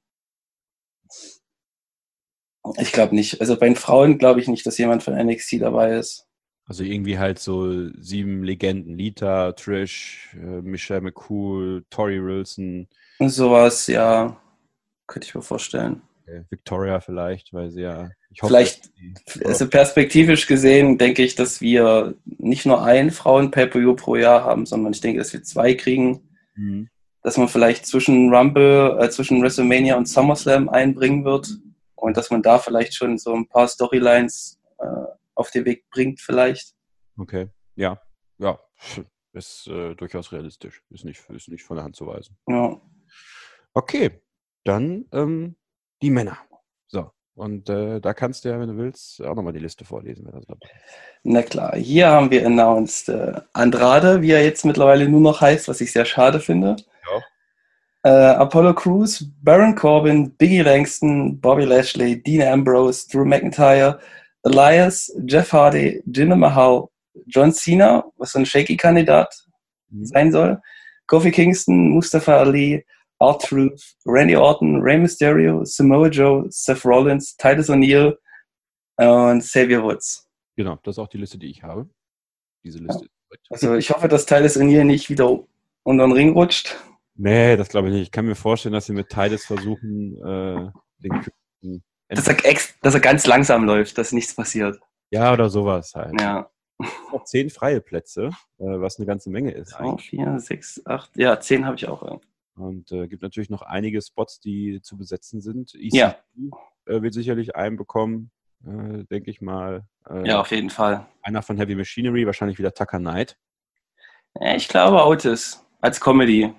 Ich glaube nicht. Also bei den Frauen glaube ich nicht, dass jemand von NXT dabei ist. Also irgendwie halt so 7 Legenden. Lita, Trish, Michelle McCool, Tori Wilson. Und sowas, ja, könnte ich mir vorstellen. Okay. Victoria vielleicht, weil sie ja... Ich hoffe, vielleicht, also perspektivisch gesehen, denke ich, dass wir nicht nur ein Frauen-Pay-Per-View pro Jahr haben, sondern ich denke, dass wir 2 kriegen. Mhm. Dass man vielleicht zwischen zwischen WrestleMania und SummerSlam einbringen wird und dass man da vielleicht schon so ein paar Storylines auf den Weg bringt vielleicht. Okay, ja, ist durchaus realistisch. Ist nicht von der Hand zu weisen. Ja. Okay, dann die Männer. So, und da kannst du ja, wenn du willst, auch nochmal die Liste vorlesen. Wenn das dabei ist. Na klar, hier haben wir announced Andrade, wie er jetzt mittlerweile nur noch heißt, was ich sehr schade finde. Ja. Apollo Crews, Baron Corbin, Biggie Langston, Bobby Lashley, Dean Ambrose, Drew McIntyre, Elias, Jeff Hardy, Jinder Mahal, John Cena, was so ein Shaky-Kandidat sein soll, Kofi Kingston, Mustafa Ali, R-Truth, Randy Orton, Rey Mysterio, Samoa Joe, Seth Rollins, Titus O'Neil und Xavier Woods. Genau, das ist auch die Liste, die ich habe. Diese Liste ist korrekt. Also ich hoffe, dass Titus O'Neil nicht wieder unter den Ring rutscht. Nee, das glaube ich nicht. Ich kann mir vorstellen, dass sie mit Titus versuchen, den dass er ganz langsam läuft, dass nichts passiert. Ja, oder sowas halt. Ja. Noch 10 freie Plätze, was eine ganze Menge ist. 2, 4, 6, 8, ja, 10 habe ich auch. Ja. Und gibt natürlich noch einige Spots, die zu besetzen sind. Ja. Wird sicherlich einen bekommen, denke ich mal. Ja, auf jeden Fall. Einer von Heavy Machinery, wahrscheinlich wieder Tucker Knight. Ja, ich glaube Otis als Comedy.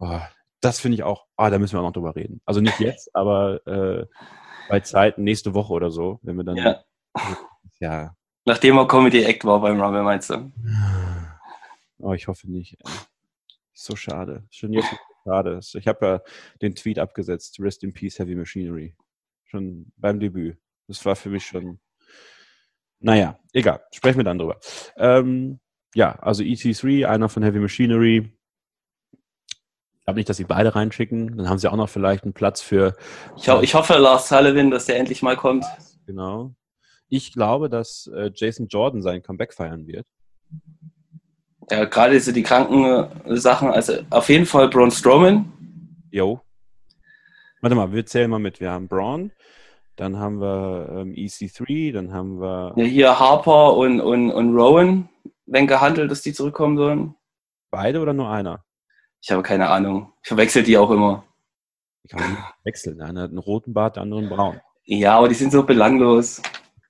das finde ich auch, da müssen wir auch noch drüber reden. Also nicht jetzt, aber bei Zeiten nächste Woche oder so, wenn wir dann... Ja. Nachdem er Comedy Act war beim Rumble, meinst du? Oh, ich hoffe nicht. So schade. Schon jetzt schade. Ich habe ja den Tweet abgesetzt. Rest in Peace, Heavy Machinery. Schon beim Debüt. Das war für mich schon... Naja, egal. Sprechen wir dann drüber. Also EC3, einer von Heavy Machinery. Ich glaube nicht, dass sie beide reinschicken. Dann haben sie auch noch vielleicht einen Platz für... Ich hoffe, Lars Sullivan, dass der endlich mal kommt. Genau. Ich glaube, dass Jason Jordan sein Comeback feiern wird. Ja, gerade so die kranken Sachen. Also auf jeden Fall Braun Strowman. Jo. Warte mal, wir zählen mal mit. Wir haben Braun, dann haben wir EC3, dann haben wir... Ja, hier Harper und Rowan, wenn gehandelt, dass die zurückkommen sollen. Beide oder nur einer? Ich habe keine Ahnung. Ich verwechsel die auch immer. Ich kann nicht wechseln. Der eine hat einen roten Bart, der andere einen braun. Ja, aber die sind so belanglos.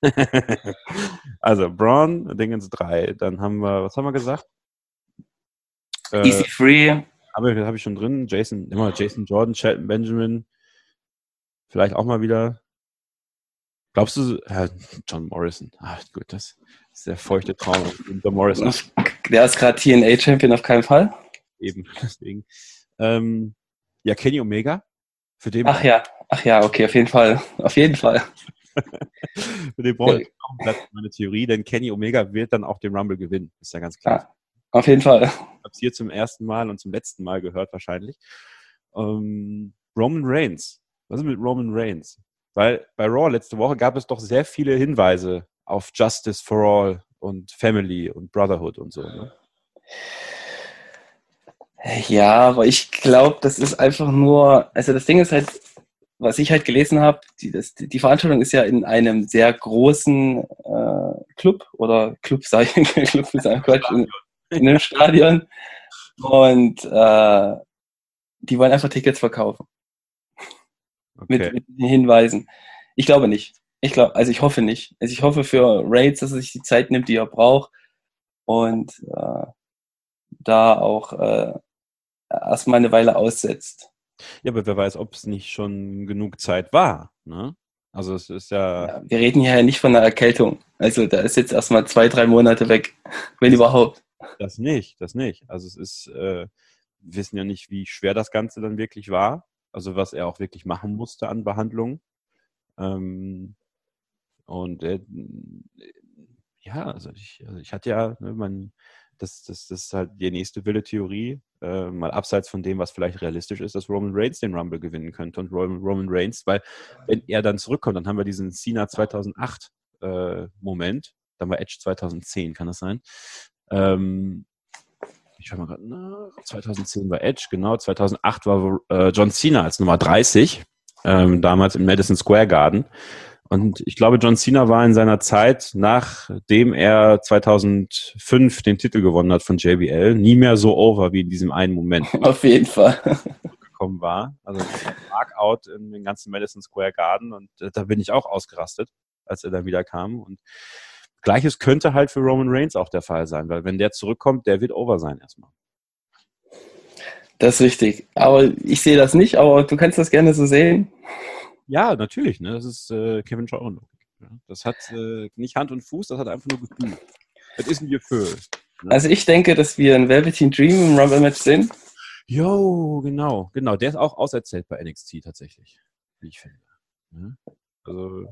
Also Braun, Dingens 3. Dann haben wir, was haben wir gesagt? EC3. Habe ich schon drin. Jason Jordan, Shelton Benjamin. Vielleicht auch mal wieder. Glaubst du, John Morrison? Gut, das ist der feuchte Traum. John Morrison. Der ist gerade TNA-Champion, auf keinen Fall. Eben, deswegen. Kenny Omega. Für den Ach ja, okay, auf jeden Fall. Auf jeden Fall. Für den brauche ich auch einen Platz für meine Theorie, denn Kenny Omega wird dann auch den Rumble gewinnen. Ist ja ganz klar. Ja, auf jeden Fall. Ich habe es hier zum ersten Mal und zum letzten Mal gehört wahrscheinlich. Roman Reigns. Was ist mit Roman Reigns? Weil bei Raw letzte Woche gab es doch sehr viele Hinweise auf Justice for All und Family und Brotherhood und so. Ne? Ja, aber ich glaube, das ist einfach nur, also das Ding ist halt, was ich halt gelesen habe, die Veranstaltung ist ja in einem sehr großen Club oder Club ist Quatsch, in einem Stadion und die wollen einfach Tickets verkaufen. Okay. Mit den Hinweisen. Ich glaube nicht. Ich hoffe nicht. Also ich hoffe für Reigns, dass er sich die Zeit nimmt, die er braucht und da auch erstmal eine Weile aussetzt. Ja, aber wer weiß, ob es nicht schon genug Zeit war. Ne? Also es ist ja... Wir reden hier ja nicht von einer Erkältung. Also da ist jetzt erstmal 2-3 Monate weg, wenn überhaupt. Das nicht. Also es ist, wir wissen ja nicht, wie schwer das Ganze dann wirklich war. Also was er auch wirklich machen musste an Behandlung. Ich hatte ja, das ist halt die nächste wilde Theorie, mal abseits von dem, was vielleicht realistisch ist, dass Roman Reigns den Rumble gewinnen könnte und Roman Reigns, weil wenn er dann zurückkommt, dann haben wir diesen Cena 2008 Moment, dann war Edge 2010, kann das sein? Ich schau mal gerade nach, 2010 war Edge, genau, 2008 war John Cena als Nummer 30, damals im Madison Square Garden. Und ich glaube, John Cena war in seiner Zeit, nachdem er 2005 den Titel gewonnen hat von JBL, nie mehr so over wie in diesem einen Moment. Auf jeden Fall. Gekommen war. Also Markout in den ganzen Madison Square Garden und da bin ich auch ausgerastet, als er dann wieder kam. Und Gleiches könnte halt für Roman Reigns auch der Fall sein, weil wenn der zurückkommt, der wird over sein erstmal. Das ist richtig. Aber ich sehe das nicht, aber du kannst das gerne so sehen. Ja, natürlich. Ne? Das ist Kevin Schauer-Logik. Ja? Das hat nicht Hand und Fuß, das hat einfach nur Gefühl. Das ist ein Gefühl. Ne? Also ich denke, dass wir ein Velveteen Dream im Rumble-Match sehen. Jo, genau. Der ist auch auserzählt bei NXT tatsächlich, wie ich finde. Ja? Also...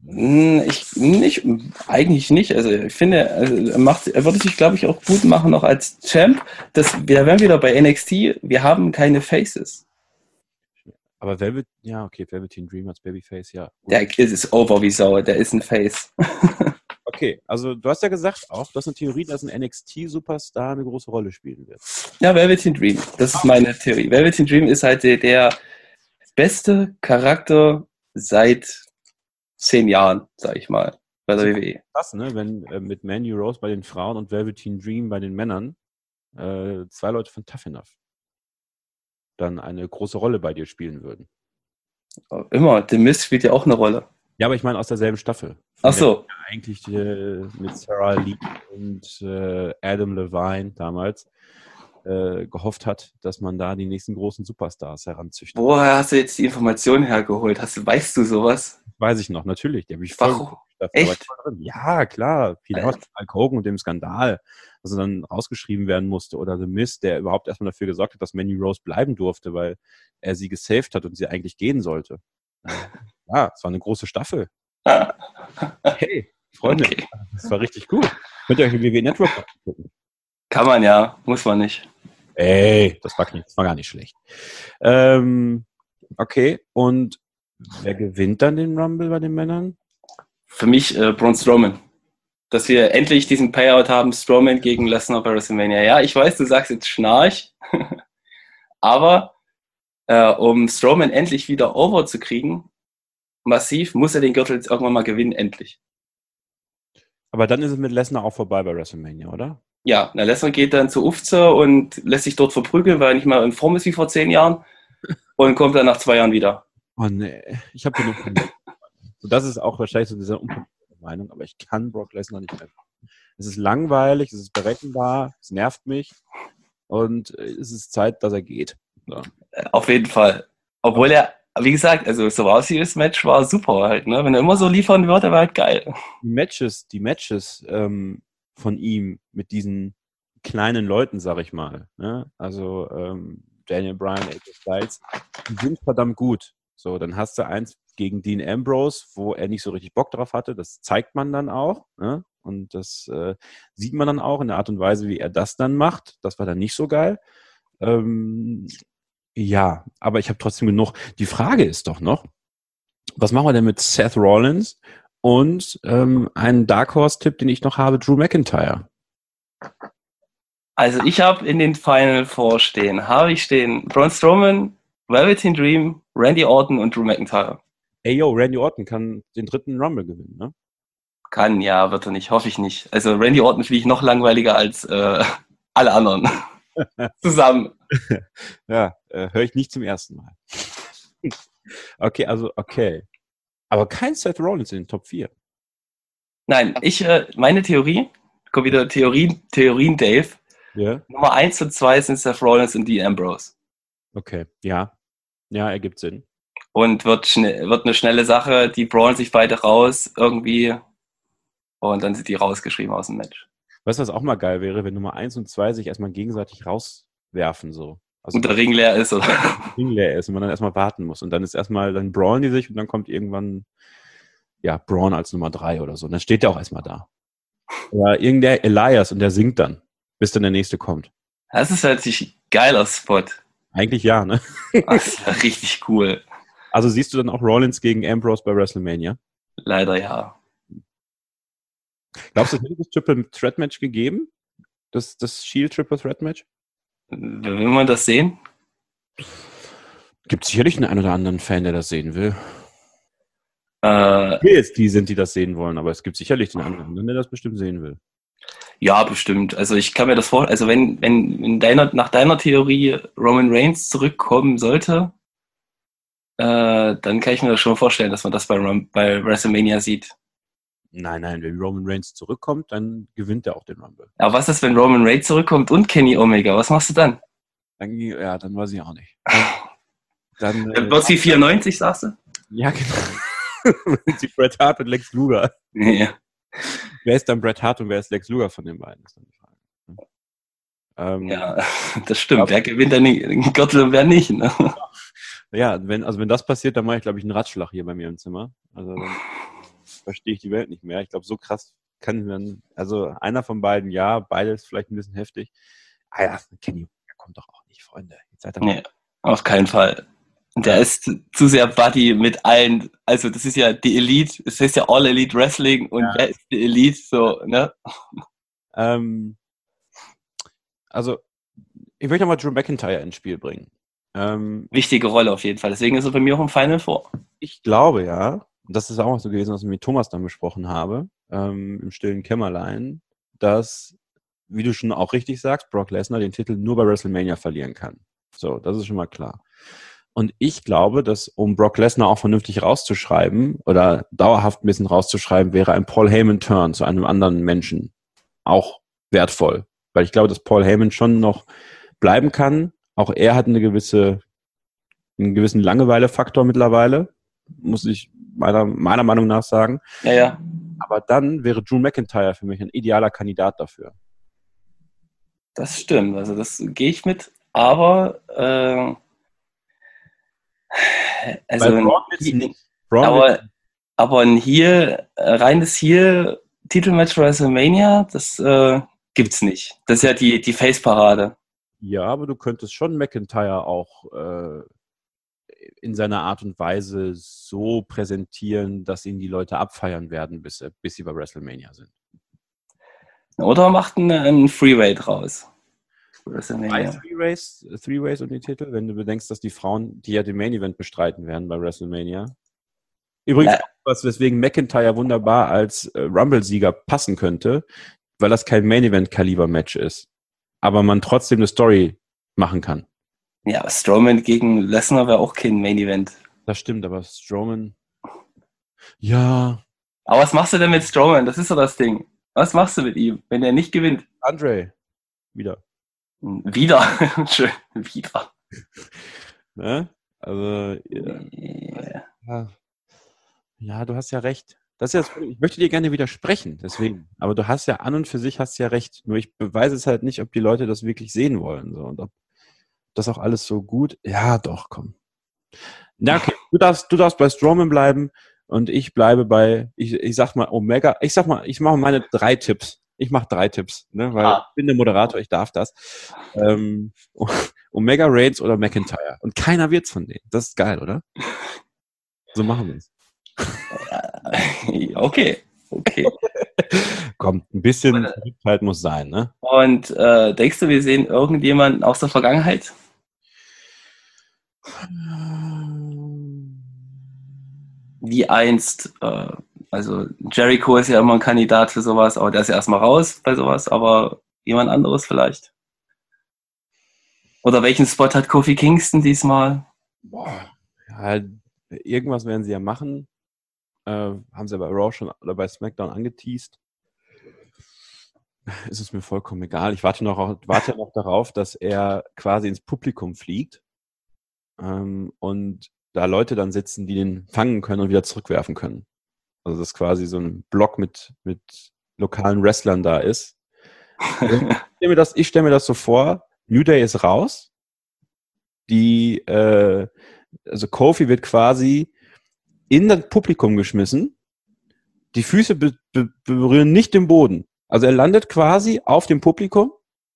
Eigentlich nicht. Also ich finde, er würde sich, glaube ich, auch gut machen, auch als Champ. Wir wären wieder bei NXT, wir haben keine Faces. Aber Velveteen Dream als Babyface, ja. Gut. Der ist over wie Sau, der ist ein Face. Okay, also du hast ja gesagt auch, du hast eine Theorie, dass ein NXT-Superstar eine große Rolle spielen wird. Ja, Velveteen Dream, das ist meine Theorie. Velveteen Dream ist halt der beste Charakter seit 10 Jahren, sag ich mal, bei der WWE. Krass, ne? Wenn mit Mandy Rose bei den Frauen und Velveteen Dream bei den Männern 2 Leute von Tough Enough dann eine große Rolle bei dir spielen würden. Immer, The Miz spielt ja auch eine Rolle. Ja, aber ich meine aus derselben Staffel. Ach so. Eigentlich mit Sarah Lee und Adam Levine damals. gehofft hat, dass man da die nächsten großen Superstars heranzüchtet. Woher hast du jetzt die Informationen hergeholt? Weißt du sowas? Weiß ich noch, natürlich. Die habe ich voll Warum? Echt? Ja, klar. Viel aus Hulk Hogan und dem Skandal, dass er dann rausgeschrieben werden musste. Oder The Miz, der überhaupt erstmal dafür gesorgt hat, dass Mandy Rose bleiben durfte, weil er sie gesaved hat und sie eigentlich gehen sollte. Ja, es war eine große Staffel. Hey, Freunde, Okay. das war richtig gut. Könnt ihr euch im WWE Network gucken? Kann man ja, muss man nicht. Ey, das war gar nicht schlecht. Okay, und wer gewinnt dann den Rumble bei den Männern? Für mich Braun Strowman. Dass wir endlich diesen Payout haben, Strowman gegen Lesnar bei WrestleMania. Ja, ich weiß, du sagst jetzt Schnarch, aber um Strowman endlich wieder over zu kriegen, massiv, muss er den Gürtel jetzt irgendwann mal gewinnen, endlich. Aber dann ist es mit Lesnar auch vorbei bei WrestleMania, oder? Ja, der Lesnar geht dann zu Ufze und lässt sich dort verprügeln, weil er nicht mal in Form ist wie vor 10 Jahren und kommt dann nach 2 Jahren wieder. Oh nee, ich habe genug. So, das ist auch wahrscheinlich so diese unpopuläre Meinung, aber ich kann Brock Lesnar nicht mehr. Es ist langweilig, es ist berechenbar, es nervt mich und es ist Zeit, dass er geht. So. Auf jeden Fall. Obwohl er, wie gesagt, also so aussieht, Match war super halt, ne? Wenn er immer so liefern würde, war halt geil. Die Matches von ihm mit diesen kleinen Leuten, sag ich mal, ne? Also Daniel Bryan, AJ Styles, die sind verdammt gut. So, dann hast du eins gegen Dean Ambrose, wo er nicht so richtig Bock drauf hatte. Das zeigt man dann auch, ne? Und das sieht man dann auch in der Art und Weise, wie er das dann macht. Das war dann nicht so geil. Ja, aber ich habe trotzdem genug. Die Frage ist doch noch, was machen wir denn mit Seth Rollins und einen Dark Horse-Tipp, den ich noch habe, Drew McIntyre? Also ich habe in den Final Four habe ich stehen Braun Strowman, Velveteen Dream, Randy Orton und Drew McIntyre. Ey, yo, Randy Orton kann den 3. Rumble gewinnen, ne? Kann, ja, wird er nicht, hoffe ich nicht. Also Randy Orton finde ich noch langweiliger als alle anderen. Zusammen. Ja, höre ich nicht zum ersten Mal. Okay. Aber kein Seth Rollins in den Top 4. Nein, meine Theorie, kommt wieder Theorien Dave. Ja. Nummer 1 und 2 sind Seth Rollins und Dean Ambrose. Okay, ja. Ja, ergibt Sinn. Und wird eine schnelle Sache, die brawlen sich beide raus irgendwie und dann sind die rausgeschrieben aus dem Match. Weißt du, was auch mal geil wäre, wenn Nummer 1 und 2 sich erstmal gegenseitig rauswerfen, so. Also und der Ring leer ist, oder? Ring leer ist und man dann erstmal warten muss. Und dann dann brawlen die sich und dann kommt irgendwann, ja, Braun als Nummer 3 oder so. Und dann steht der auch erstmal da. Oder irgendein Elias und der singt dann, bis dann der nächste kommt. Das ist halt ein geiler Spot. Eigentlich ja, ne? Das ist ja richtig cool. Also siehst du dann auch Rollins gegen Ambrose bei WrestleMania? Leider ja. Glaubst du, es hätte das Triple Threat Match gegeben? Das Shield Triple Threat Match? Will man das sehen? Gibt sicherlich einen oder anderen Fan, der das sehen will. Die sind, die das sehen wollen, aber es gibt sicherlich den anderen, der das bestimmt sehen will. Ja, bestimmt. Also ich kann mir das vorstellen, also wenn nach deiner Theorie Roman Reigns zurückkommen sollte, dann kann ich mir das schon vorstellen, dass man das bei WrestleMania sieht. Nein, wenn Roman Reigns zurückkommt, dann gewinnt er auch den Rumble. Aber was ist, wenn Roman Reigns zurückkommt und Kenny Omega? Was machst du dann? Dann weiß ich auch nicht. Dann wird sie 94, sagst du? Ja, genau. Sie Bret Hart und Lex Luger. Ja. Wer ist dann Bret Hart und wer ist Lex Luger von den beiden? Ist dann die Frage. Ja, das stimmt. Wer gewinnt dann den Gürtel und wer nicht? Ne? Ja, wenn das passiert, dann mache ich, glaube ich, einen Ratschlag hier bei mir im Zimmer. Also dann verstehe ich die Welt nicht mehr. Ich glaube, so krass kann dann, also einer von beiden, ja, beides vielleicht ein bisschen heftig. Ah ja, Kenny kommt doch auch nicht, Freunde. Jetzt seid ihr Nee, auf keinen Fall. Der ist zu sehr Buddy mit allen, also das ist ja die Elite, es heißt ja All Elite Wrestling und Ja. der ist die Elite, so, ne? Also, ich möchte nochmal Drew McIntyre ins Spiel bringen. Wichtige Rolle auf jeden Fall, deswegen ist er bei mir auch im Final Four. Ich glaube ja, und das ist auch so gewesen, was ich mit Thomas dann besprochen habe, im stillen Kämmerlein, dass, wie du schon auch richtig sagst, Brock Lesnar den Titel nur bei WrestleMania verlieren kann. So, das ist schon mal klar. Und ich glaube, dass, um Brock Lesnar auch vernünftig rauszuschreiben oder dauerhaft ein bisschen rauszuschreiben, wäre ein Paul Heyman-Turn zu einem anderen Menschen auch wertvoll. Weil ich glaube, dass Paul Heyman schon noch bleiben kann. Auch er hat einen gewissen Langeweile-Faktor mittlerweile, muss ich meiner Meinung nach sagen. Ja. Aber dann wäre Drew McIntyre für mich ein idealer Kandidat dafür. Das stimmt, also das gehe ich mit. Aber aber ein reines Titelmatch WrestleMania, das gibt's nicht. Das ist ja die Face-Parade. Ja, aber du könntest schon McIntyre auch in seiner Art und Weise so präsentieren, dass ihn die Leute abfeiern werden, bis sie bei WrestleMania sind. Oder macht einen Freeway draus. WrestleMania. Three-Ways um die Titel, wenn du bedenkst, dass die Frauen, die ja den Main-Event bestreiten werden bei WrestleMania. Übrigens auch was, weswegen McIntyre wunderbar als Rumble-Sieger passen könnte, weil das kein Main-Event-Kaliber-Match ist. Aber man trotzdem eine Story machen kann. Ja, Strowman gegen Lesnar wäre auch kein Main-Event. Das stimmt, aber Strowman... Ja... Aber was machst du denn mit Strowman? Das ist doch das Ding. Was machst du mit ihm, wenn er nicht gewinnt? Andre. Wieder. Schön. Wieder. Ne? Also... Ja, du hast ja recht. Ich möchte dir gerne widersprechen, deswegen. Aber du hast ja an und für sich ja recht. Nur ich beweise es halt nicht, ob die Leute das wirklich sehen wollen. So. Und ob das auch alles so gut... Ja, doch, komm. Na, okay. Du darfst bei Strowman bleiben und ich bleibe bei, ich sag mal Omega. Ich mache meine 3 Tipps. Ich mache 3 Tipps, ne? Weil ich bin der Moderator, ich darf das. Omega, Reigns oder McIntyre. Und keiner wird's von denen. Das ist geil, oder? So machen wir es. Okay. Komm, ein bisschen Verrücktheit muss sein, ne? Und denkst du, wir sehen irgendjemanden aus der Vergangenheit? Wie einst, also Jericho ist ja immer ein Kandidat für sowas, aber der ist ja erstmal raus bei sowas, aber jemand anderes vielleicht? Oder welchen Spot hat Kofi Kingston diesmal? Ja, irgendwas werden sie ja machen. Haben sie ja bei Raw schon oder bei SmackDown angeteased. Ist es mir vollkommen egal. Ich warte noch darauf, dass er quasi ins Publikum fliegt und da Leute dann sitzen, die den fangen können und wieder zurückwerfen können. Also dass quasi so ein Block mit lokalen Wrestlern da ist. Ich stelle mir das so vor, New Day ist raus. Also Kofi wird quasi in das Publikum geschmissen. Die Füße berühren nicht den Boden. Also er landet quasi auf dem Publikum.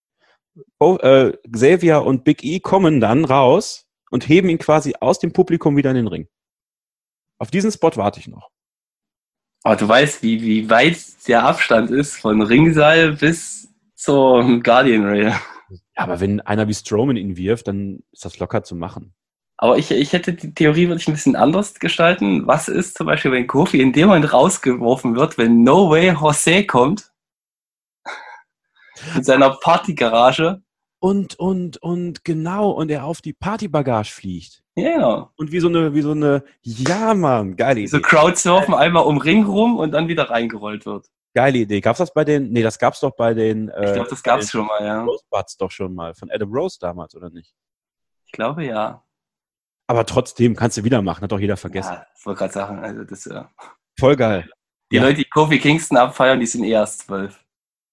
Xavier und Big E kommen dann raus und heben ihn quasi aus dem Publikum wieder in den Ring. Auf diesen Spot warte ich noch. Aber du weißt, wie weit der Abstand ist von Ringseil bis zur Guardian Rail. Ja, aber wenn einer wie Strowman ihn wirft, dann ist das locker zu machen. Aber ich hätte die Theorie würde ich ein bisschen anders gestalten. Was ist zum Beispiel, wenn Kofi in dem Moment rausgeworfen wird, wenn No Way Jose kommt mit seiner Partygarage und genau, und er auf die Partybagage fliegt. Ja. Genau. Und wie so eine, ja Mann, geile Idee. So Crowdsurfen einmal um Ring rum und dann wieder reingerollt wird. Geile Idee. Gab's das bei den, das gab's doch bei den, ich glaube, das gab's schon mal, ja. Rosebuds doch schon mal, von Adam Rose damals, oder nicht? Ich glaube, ja. Aber trotzdem kannst du wieder machen, hat doch jeder vergessen. Ja, ich wollte gerade sagen, also das ja. Voll geil. Die Leute, die Kofi Kingston abfeiern, die sind eher erst 12.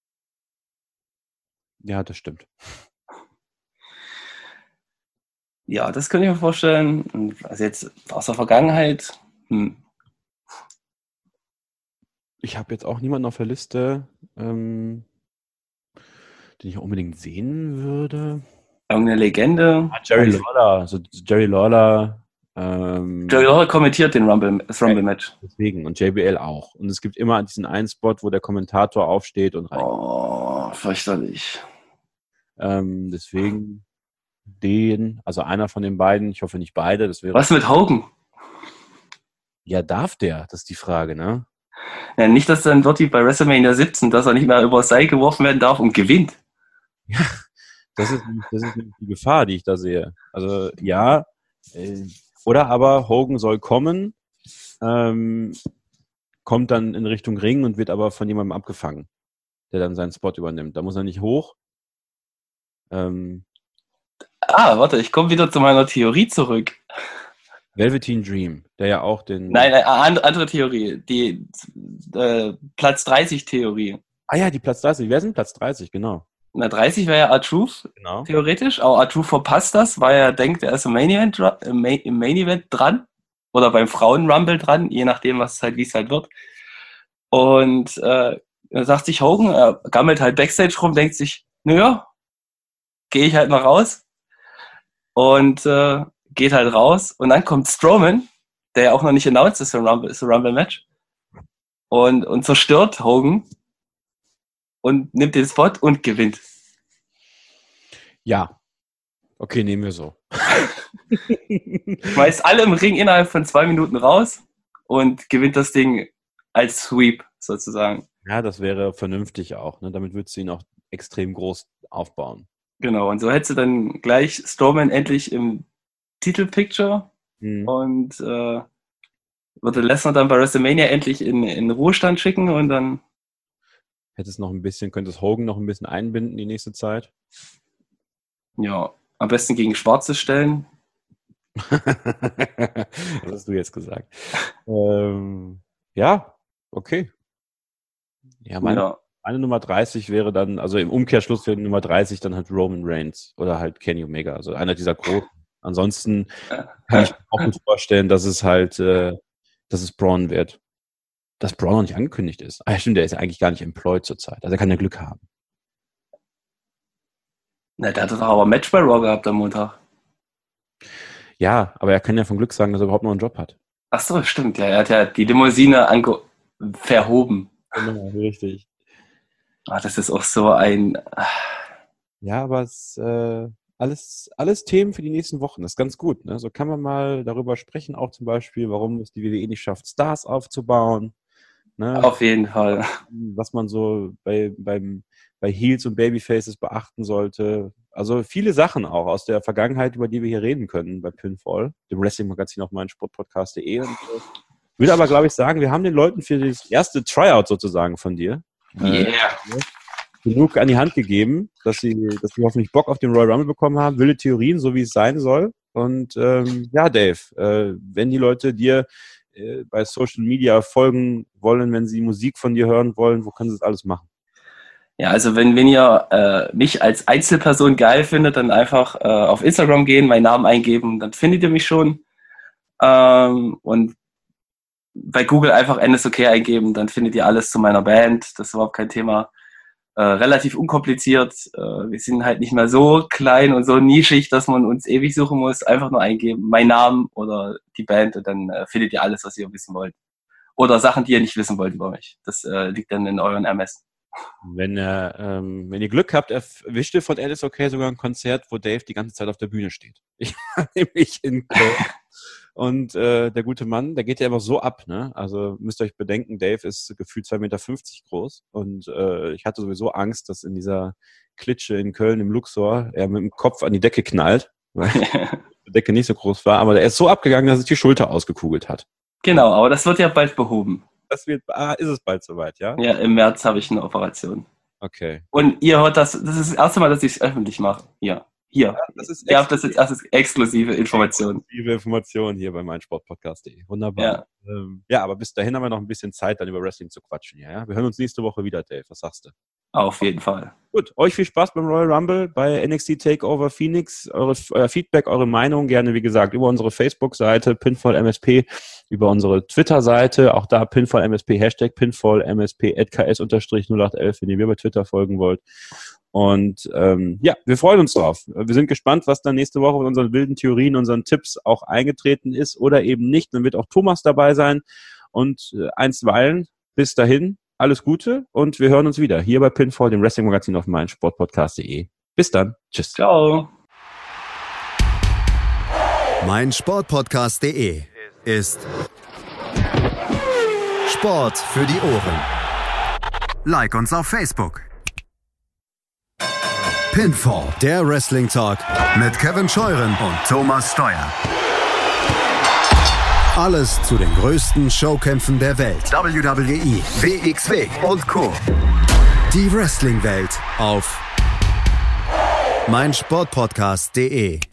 Ja, das stimmt. Ja, das könnte ich mir vorstellen. Also jetzt aus der Vergangenheit. Ich habe jetzt auch niemanden auf der Liste, den ich unbedingt sehen würde. Irgendeine Legende. Jerry Lawler. Jerry Lawler kommentiert das Rumble-Match. Deswegen. Und JBL auch. Und es gibt immer diesen einen Spot, wo der Kommentator aufsteht und rein. Oh, fürchterlich. Deswegen also einer von den beiden, ich hoffe nicht beide. Was mit Hogan? Ja, darf der? Das ist die Frage, ne? Ja, nicht, dass dann wird wie bei WrestleMania 17, dass er nicht mehr über das Seil geworfen werden darf und gewinnt. Ja, das ist die Gefahr, die ich da sehe. Also ja, oder aber Hogan soll kommen, kommt dann in Richtung Ring und wird aber von jemandem abgefangen, der dann seinen Spot übernimmt. Da muss er nicht hoch. Warte, ich komme wieder zu meiner Theorie zurück. Velveteen Dream, der ja auch den... Nein, andere Theorie. Die Platz 30 Theorie. Ah ja, die Platz 30. Wer sind Platz 30, genau? Na, 30 wäre ja R-Truth, Genau. theoretisch. Aber R-Truth verpasst das, weil er denkt, er ist im Main Event dran. Oder beim Frauen-Rumble dran, je nachdem, wie es halt wird. Und dann sagt sich Hogan, er gammelt halt Backstage rum, denkt sich, naja, gehe ich halt mal raus. Und geht halt raus. Und dann kommt Strowman, der ja auch noch nicht announced ist für Rumble-Match. Und zerstört Hogan. Und nimmt den Spot und gewinnt. Ja. Okay, nehmen wir so. Schmeißt alle im Ring innerhalb von 2 Minuten raus und gewinnt das Ding als Sweep, sozusagen. Ja, das wäre vernünftig auch. Ne? Damit würdest du ihn auch extrem groß aufbauen. Genau, und so hättest du dann gleich Strowman endlich im Titelpicture und würde Lesnar dann bei WrestleMania endlich in Ruhestand schicken und dann könntest Hogan noch ein bisschen einbinden die nächste Zeit. Ja, am besten gegen Schwarze stellen. Was hast du jetzt gesagt? Ja, okay. Ja, meine Nummer 30 wäre dann, also im Umkehrschluss wäre Nummer 30 dann halt Roman Reigns oder halt Kenny Omega, also einer dieser großen. Ansonsten kann ich mir auch gut vorstellen, dass es Braun wird. Dass Braun noch nicht angekündigt ist. Ah, stimmt, der ist ja eigentlich gar nicht employed zurzeit. Also er kann ja Glück haben. Na, der hat doch aber ein Match bei Raw gehabt am Montag. Ja, aber er kann ja von Glück sagen, dass er überhaupt noch einen Job hat. Ach so, stimmt. Ja, er hat ja die Limousine verhoben. Genau, richtig. Das ist auch so ein... Ja, aber es alles Themen für die nächsten Wochen. Das ist ganz gut. Ne? So kann man mal darüber sprechen, auch zum Beispiel, warum es die WWE nicht schafft, Stars aufzubauen. Ne? Auf jeden Fall. Was man so bei Heels und Babyfaces beachten sollte. Also viele Sachen auch aus der Vergangenheit, über die wir hier reden können bei Pinfall, dem Wrestling-Magazin auf meinsportpodcast.de. Und würde aber, glaube ich, sagen, wir haben den Leuten für das erste Tryout sozusagen von dir genug an die Hand gegeben, dass sie hoffentlich Bock auf den Royal Rumble bekommen haben, wilde Theorien, so wie es sein soll. Und ja, Dave, wenn die Leute dir bei Social Media folgen wollen, wenn sie Musik von dir hören wollen, wo können sie das alles machen? Ja, also wenn ihr mich als Einzelperson geil findet, dann einfach auf Instagram gehen, meinen Namen eingeben, dann findet ihr mich schon. Und bei Google einfach NSOK eingeben, dann findet ihr alles zu meiner Band. Das ist überhaupt kein Thema. Relativ unkompliziert. Wir sind halt nicht mehr so klein und so nischig, dass man uns ewig suchen muss. Einfach nur eingeben, mein Name oder die Band und dann findet ihr alles, was ihr wissen wollt. Oder Sachen, die ihr nicht wissen wollt über mich. Das liegt dann in euren Ermessen. Wenn ihr Glück habt, erwischt ihr von NSOK sogar ein Konzert, wo Dave die ganze Zeit auf der Bühne steht. Ich war nämlich in Köln. Und der gute Mann, der geht ja immer so ab, ne? Also müsst ihr euch bedenken, Dave ist gefühlt 2,50 Meter groß und ich hatte sowieso Angst, dass in dieser Klitsche in Köln im Luxor er mit dem Kopf an die Decke knallt, weil die Decke nicht so groß war, aber er ist so abgegangen, dass sich die Schulter ausgekugelt hat. Genau, aber das wird ja bald behoben. Ist es bald soweit, ja? Ja, im März habe ich eine Operation. Okay. Und ihr hört das ist das erste Mal, dass ich es öffentlich mache. Ja. Hier. Ja, ihr habt das jetzt als exklusive Information. Exklusive Information hier bei meinsportpodcast.de. Wunderbar. Ja, aber bis dahin haben wir noch ein bisschen Zeit, dann über Wrestling zu quatschen. Ja? Wir hören uns nächste Woche wieder, Dave. Was sagst du? Auf jeden Fall. Gut, euch viel Spaß beim Royal Rumble, bei NXT Takeover Phoenix. Euer Feedback, eure Meinung gerne, wie gesagt, über unsere Facebook-Seite PinfallMSP, über unsere Twitter-Seite, auch da PinfallMSP, Hashtag PinfallMSP, @ks_0811, wenn ihr mir bei Twitter folgen wollt. Und ja, wir freuen uns drauf. Wir sind gespannt, was dann nächste Woche mit unseren wilden Theorien, unseren Tipps auch eingetreten ist oder eben nicht. Dann wird auch Thomas dabei sein. Und einstweilen, bis dahin, alles Gute und wir hören uns wieder hier bei Pinfall, dem Wrestling-Magazin auf meinsportpodcast.de. Bis dann. Tschüss. Ciao. meinsportpodcast.de ist Sport für die Ohren. Like uns auf Facebook. Pinfall, der Wrestling Talk mit Kevin Scheuren und Thomas Steuer. Alles zu den größten Showkämpfen der Welt. WWE, WXW und Co. Die Wrestling-Welt auf meinsportpodcast.de.